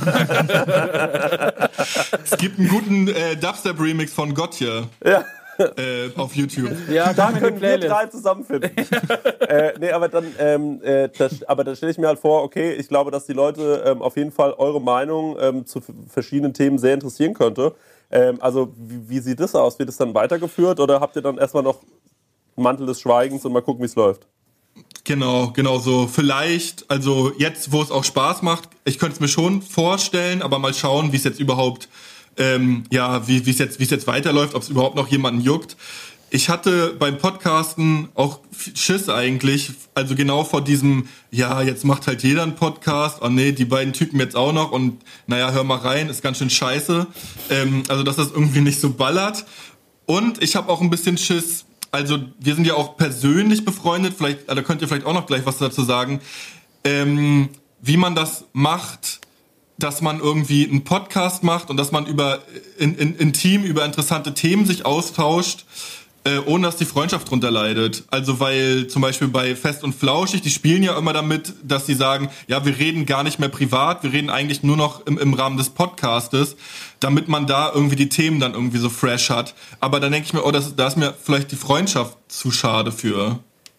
Speaker 4: Es gibt einen guten äh, Dubstep-Remix von Gotye
Speaker 3: ja.
Speaker 4: äh, auf YouTube.
Speaker 2: Ja,
Speaker 3: Da
Speaker 2: da
Speaker 3: können wir drei zusammenfinden. äh, nee, aber dann, ähm, äh, das, aber dann stelle ich mir halt vor, okay, ich glaube, dass die Leute ähm, auf jeden Fall eure Meinung ähm, zu f- verschiedenen Themen sehr interessieren könnte. Ähm, also wie, wie sieht das aus? Wird es dann weitergeführt oder habt ihr dann erstmal noch Mantel des Schweigens und mal gucken, wie es läuft?
Speaker 4: Genau, genau so. Vielleicht, also jetzt, wo es auch Spaß macht, ich könnte es mir schon vorstellen, aber mal schauen, wie es jetzt überhaupt, ähm, ja, wie wie es jetzt, wie es jetzt weiterläuft, ob es überhaupt noch jemanden juckt. Ich hatte beim Podcasten auch Schiss eigentlich, also genau vor diesem, ja, jetzt macht halt jeder einen Podcast, oh nee, die beiden Typen jetzt auch noch und naja, hör mal rein, ist ganz schön scheiße. Ähm, also, dass das irgendwie nicht so ballert. Und ich habe auch ein bisschen Schiss, also wir sind ja auch persönlich befreundet, vielleicht, da könnt ihr vielleicht auch noch gleich was dazu sagen, ähm, wie man das macht, dass man irgendwie einen Podcast macht und dass man über in, in, intim über interessante Themen sich austauscht, äh, ohne dass die Freundschaft drunter leidet. Also weil zum Beispiel bei Fest und Flauschig, die spielen ja immer damit, dass sie sagen, ja, wir reden gar nicht mehr privat, wir reden eigentlich nur noch im, im Rahmen des Podcastes, damit man da irgendwie die Themen dann irgendwie so fresh hat. Aber dann denke ich mir, oh, das, da ist mir vielleicht die Freundschaft zu schade für.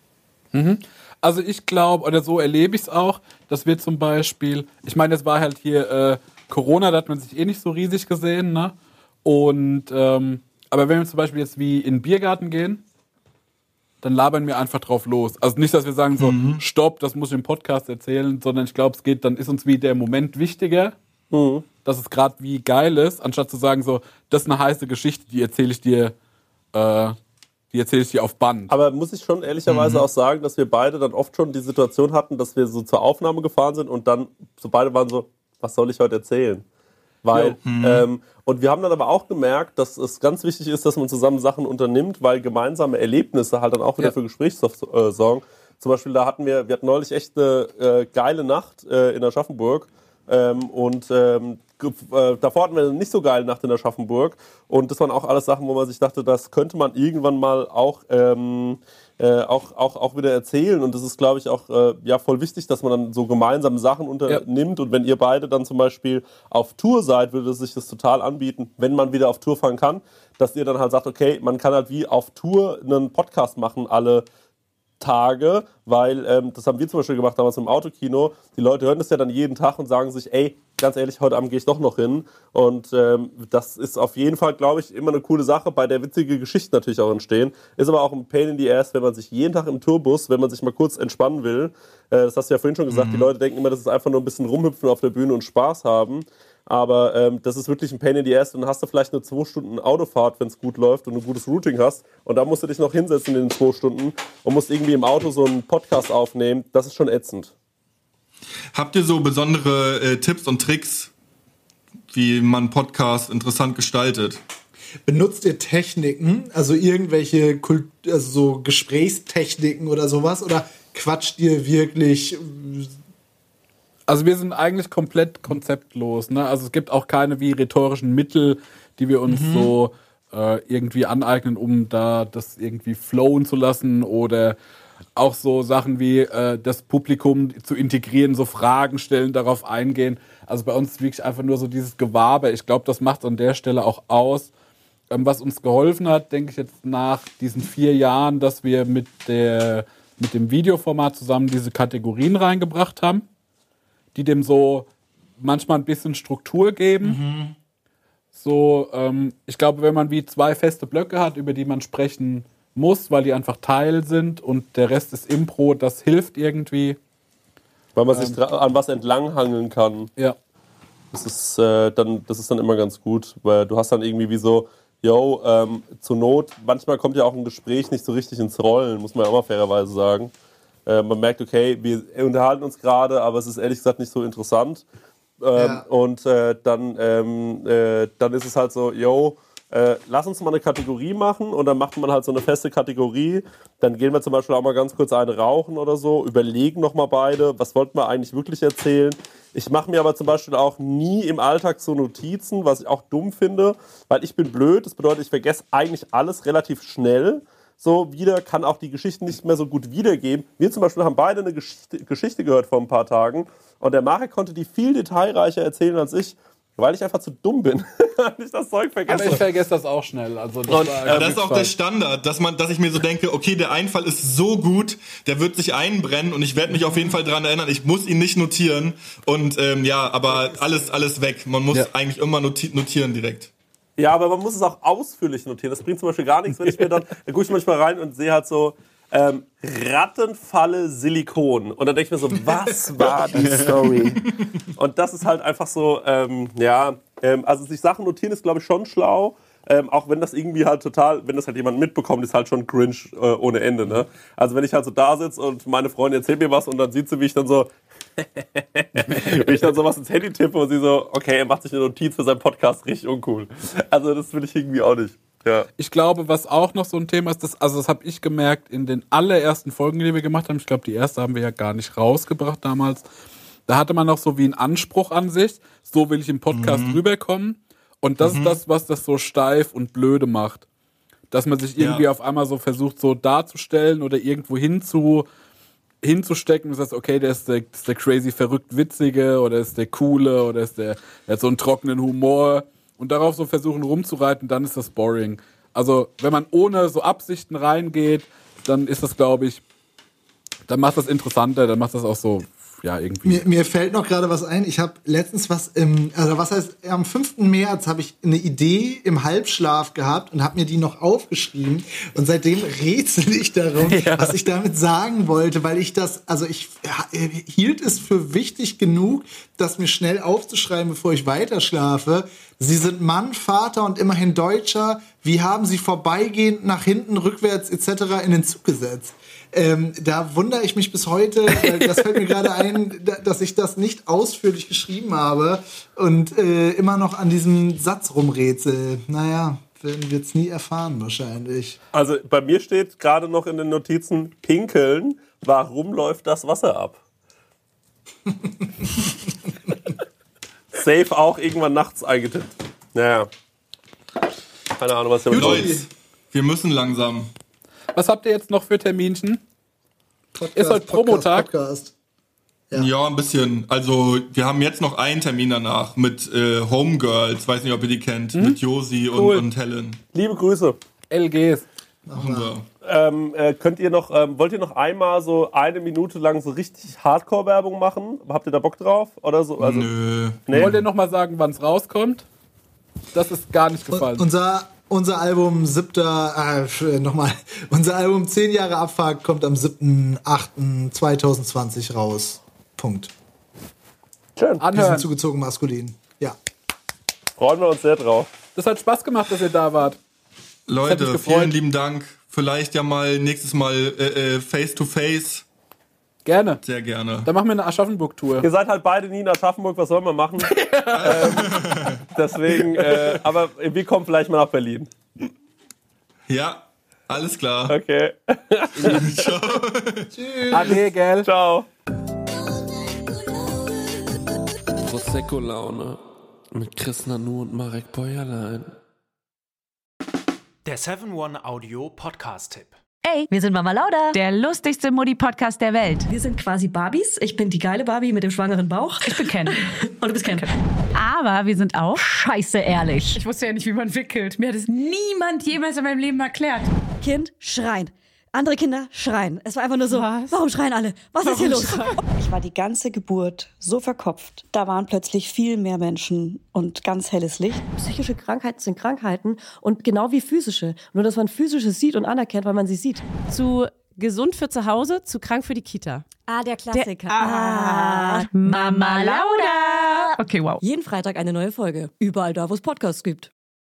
Speaker 2: Also ich glaube, oder so erlebe ich es auch, dass wir zum Beispiel, ich meine, es war halt hier äh, Corona, da hat man sich eh nicht so riesig gesehen, ne? Und, ähm, aber wenn wir zum Beispiel jetzt wie in den Biergarten gehen, dann labern wir einfach drauf los. Also nicht, dass wir sagen so,
Speaker 4: Mhm.
Speaker 2: stopp, das muss ich im Podcast erzählen, sondern ich glaube, es geht, dann ist uns wie der Moment wichtiger,
Speaker 3: Mhm.
Speaker 2: dass es gerade wie geil ist, anstatt zu sagen so, das ist eine heiße Geschichte, die erzähle ich dir, äh, die erzähle ich dir auf Band.
Speaker 3: Aber muss ich schon ehrlicherweise auch sagen, dass wir beide dann oft schon die Situation hatten, dass wir so zur Aufnahme gefahren sind und dann so beide waren so, was soll ich heute erzählen? Weil, ähm, und wir haben dann aber auch gemerkt, dass es ganz wichtig ist, dass man zusammen Sachen unternimmt, weil gemeinsame Erlebnisse halt dann auch wieder
Speaker 2: Ja.
Speaker 3: für Gesprächsstoff äh, sorgen. Zum Beispiel, da hatten wir, wir hatten neulich echt eine äh, geile Nacht äh, in Aschaffenburg. Ähm, und ähm, ge- äh, davor hatten wir eine nicht so geile Nacht in Aschaffenburg. Und das waren auch alles Sachen, wo man sich dachte, das könnte man irgendwann mal auch, ähm, äh, auch, auch, auch wieder erzählen. Und das ist, glaube ich, auch äh, ja, voll wichtig, dass man dann so gemeinsame Sachen unternimmt. Und wenn ihr beide dann zum Beispiel auf Tour seid, würde sich das total anbieten, wenn man wieder auf Tour fahren kann, dass ihr dann halt sagt, okay, man kann halt wie auf Tour einen Podcast machen, alle Tage, weil ähm, das haben wir zum Beispiel gemacht damals im Autokino. Die Leute hören das ja dann jeden Tag und sagen sich, ey, ganz ehrlich, heute Abend gehe ich doch noch hin. Und ähm, das ist auf jeden Fall, glaube ich, immer eine coole Sache, bei der witzige Geschichten natürlich auch entstehen. Ist aber auch ein Pain in the Ass, wenn man sich jeden Tag im Tourbus, wenn man sich mal kurz entspannen will, äh, das hast du ja vorhin schon gesagt, die Leute denken immer, das ist einfach nur ein bisschen rumhüpfen auf der Bühne und Spaß haben. Aber ähm, das ist wirklich ein Pain in the Ass. Und dann hast du vielleicht eine zwei Stunden Autofahrt, wenn es gut läuft und ein gutes Routing hast. Und da musst du dich noch hinsetzen in den zwei Stunden und musst irgendwie im Auto so einen Podcast aufnehmen. Das ist schon ätzend.
Speaker 4: Habt ihr so besondere äh, Tipps und Tricks, wie man Podcast interessant gestaltet?
Speaker 5: Benutzt ihr Techniken, also irgendwelche Kult also so Gesprächstechniken oder sowas? Oder quatscht ihr wirklich?
Speaker 2: Also wir sind eigentlich komplett konzeptlos. Ne? Also es gibt auch keine wie rhetorischen Mittel, die wir uns mhm. so äh, irgendwie aneignen, um da das irgendwie flowen zu lassen oder auch so Sachen wie äh, das Publikum zu integrieren, so Fragen stellen, darauf eingehen. Also bei uns ist wirklich einfach nur so dieses Gewaber. Ich glaube, das macht an der Stelle auch aus. Ähm, was uns geholfen hat, denke ich jetzt nach diesen vier Jahren, dass wir mit, der, mit dem Videoformat zusammen diese Kategorien reingebracht haben, die dem so manchmal ein bisschen Struktur geben. Mhm. So, ähm, ich glaube, wenn man wie zwei feste Blöcke hat, über die man sprechen muss, weil die einfach Teil sind und der Rest ist Impro, das hilft irgendwie.
Speaker 3: Weil man
Speaker 2: ähm,
Speaker 3: sich an was entlanghangeln kann.
Speaker 2: Ja.
Speaker 3: Das ist, äh, dann, das ist dann immer ganz gut, weil du hast dann irgendwie wie so, yo, ähm, zur Not, manchmal kommt ja auch ein Gespräch nicht so richtig ins Rollen, muss man ja auch mal fairerweise sagen. Äh, man merkt, okay, wir unterhalten uns gerade, aber es ist ehrlich gesagt nicht so interessant. Ähm, ja. Und äh, dann, ähm, äh, dann ist es halt so, yo, Äh, lass uns mal eine Kategorie machen und dann macht man halt so eine feste Kategorie. Dann gehen wir zum Beispiel auch mal ganz kurz eine rauchen oder so, überlegen nochmal beide, was wollten wir eigentlich wirklich erzählen. Ich mache mir aber zum Beispiel auch nie im Alltag so Notizen, was ich auch dumm finde, weil ich bin blöd. Das bedeutet, ich vergesse eigentlich alles relativ schnell. So wieder, kann auch die Geschichten nicht mehr so gut wiedergeben. Wir zum Beispiel haben beide eine Geschichte, Geschichte gehört vor ein paar Tagen und der Marek konnte die viel detailreicher erzählen als ich. Weil ich einfach zu dumm bin, ich das Zeug vergesse.
Speaker 2: Aber ich vergesse das auch schnell. Also das,
Speaker 4: und, war das ist auch der Standard, dass man, dass ich mir so denke, okay, der Einfall ist so gut, der wird sich einbrennen und ich werde mich auf jeden Fall daran erinnern. Ich muss ihn nicht notieren und ähm, ja, aber alles, alles weg. Man muss ja. eigentlich immer noti- notieren direkt.
Speaker 3: Ja, aber man muss es auch ausführlich notieren. Das bringt zum Beispiel gar nichts, wenn ich mir dann, da gucke ich manchmal rein und sehe halt so, Ähm, Rattenfalle Silikon. Und dann denke ich mir so, was war die Story? Und das ist halt einfach so, ähm, ja, ähm, also sich Sachen notieren ist, glaube ich, schon schlau. Ähm, auch wenn das irgendwie halt total, wenn das halt jemand mitbekommt, ist halt schon cringe äh, ohne Ende, ne? Also wenn ich halt so da sitze und meine Freundin erzählt mir was und dann sieht sie, wie ich dann so wie ich dann sowas ins Handy tippe und sie so, okay, er macht sich eine Notiz für seinen Podcast, richtig uncool. Also das will ich irgendwie auch nicht. Ja.
Speaker 2: Ich glaube, was auch noch so ein Thema ist, das, also das habe ich gemerkt in den allerersten Folgen, die wir gemacht haben. Ich glaube, die erste haben wir ja gar nicht rausgebracht damals. Da hatte man noch so wie einen Anspruch an sich. So will ich im Podcast mhm. rüberkommen. Und das mhm. ist das, was das so steif und blöde macht. Dass man sich irgendwie ja. auf einmal so versucht, so darzustellen oder irgendwo hinzu, hinzustecken. Und sagt, okay, der ist der, ist der crazy, verrückt Witzige oder ist der Coole oder ist der, der hat so einen trockenen Humor. Und darauf so versuchen rumzureiten, dann ist das boring. Also wenn man ohne so Absichten reingeht, dann ist das, glaube ich, dann macht das interessanter, dann macht das auch so, ja, irgendwie.
Speaker 5: Mir, mir fällt noch gerade was ein. Ich habe letztens was im, also was heißt, am fünften März habe ich eine Idee im Halbschlaf gehabt und habe mir die noch aufgeschrieben. Und seitdem rätsel ich darum, ja. was ich damit sagen wollte, weil ich das, also ich hielt es für wichtig genug, das mir schnell aufzuschreiben, bevor ich weiterschlafe. Sie sind Mann, Vater und immerhin Deutscher. Wie haben Sie vorbeigehend nach hinten, rückwärts et cetera in den Zug gesetzt? Ähm, da wundere ich mich bis heute, weil das fällt mir gerade ein, dass ich das nicht ausführlich geschrieben habe und äh, immer noch an diesem Satz rumrätsel. Naja, werden wir es nie erfahren wahrscheinlich.
Speaker 3: Also bei mir steht gerade noch in den Notizen, pinkeln, warum läuft das Wasser ab? Safe auch irgendwann nachts eingetippt. Naja. Keine Ahnung, was damit
Speaker 4: Leute, wir müssen langsam.
Speaker 2: Was habt ihr jetzt noch für Terminchen?
Speaker 5: Podcast,
Speaker 2: ist heute Promotag?
Speaker 5: Podcast.
Speaker 4: Ja. ja, ein bisschen. Also wir haben jetzt noch einen Termin danach mit äh, Homegirls. Weiß nicht, ob ihr die kennt. Mhm. Mit Josi
Speaker 2: cool.
Speaker 4: und, und Helen.
Speaker 3: Liebe Grüße.
Speaker 2: L Gs.
Speaker 4: Machen wir.
Speaker 3: Ähm, äh, könnt ihr noch, ähm, wollt ihr noch einmal so eine Minute lang so richtig Hardcore-Werbung machen? Habt ihr da Bock drauf? Oder so? Also,
Speaker 4: Nö.
Speaker 3: Nee?
Speaker 2: Wollt ihr noch mal sagen, wann es rauskommt? Das ist gar nicht gefallen.
Speaker 5: Und, unser Unser Album siebter, äh, nochmal, unser Album zehn Jahre Abfuck kommt am siebten achten zweitausendzwanzig raus. Punkt.
Speaker 3: Schön.
Speaker 5: Wir sind zugezogen maskulin. Ja.
Speaker 3: Freuen wir uns sehr drauf.
Speaker 2: Das hat Spaß gemacht, dass ihr da wart.
Speaker 4: Leute, vielen lieben Dank. Vielleicht ja mal nächstes Mal äh, äh, face to face.
Speaker 2: Gerne.
Speaker 4: Sehr gerne.
Speaker 2: Dann machen wir eine Aschaffenburg-Tour.
Speaker 3: Ihr seid halt beide nie in Aschaffenburg, was sollen wir machen? ähm, deswegen, äh, aber wir kommen vielleicht mal nach Berlin.
Speaker 4: Ja, alles klar.
Speaker 3: Okay.
Speaker 4: Ciao.
Speaker 2: Tschüss. Ade, gell.
Speaker 3: Ciao.
Speaker 1: Prosecco-Laune mit Chris Nanu und Marek Bäuerlein.
Speaker 10: Der seven one Audio Podcast-Tipp.
Speaker 11: Ey, wir sind Mama Lauda, der lustigste Mutti-Podcast der Welt.
Speaker 12: Wir sind quasi Barbies. Ich bin die geile Barbie mit dem schwangeren Bauch.
Speaker 11: Ich bin Ken.
Speaker 12: Und du bist Ken.
Speaker 11: Aber wir sind auch scheiße ehrlich.
Speaker 13: Ich wusste ja nicht, wie man wickelt. Mir hat es niemand jemals in meinem Leben erklärt.
Speaker 12: Kind schreien. Andere Kinder schreien. Es war einfach nur so,
Speaker 13: Was?
Speaker 12: Warum schreien alle? Was
Speaker 13: Warum
Speaker 12: ist hier los?
Speaker 13: schreien?
Speaker 14: Ich war die ganze Geburt so verkopft. Da waren plötzlich viel mehr Menschen und ganz helles Licht.
Speaker 12: Psychische Krankheiten sind Krankheiten und genau wie physische. Nur, dass man physische sieht und anerkennt, weil man sie sieht.
Speaker 13: Zu gesund für zu Hause, zu krank für die Kita.
Speaker 12: Ah, der Klassiker.
Speaker 13: Der, ah, Mama Lauda. Okay, wow.
Speaker 12: Jeden Freitag eine neue Folge. Überall da, wo es Podcasts gibt.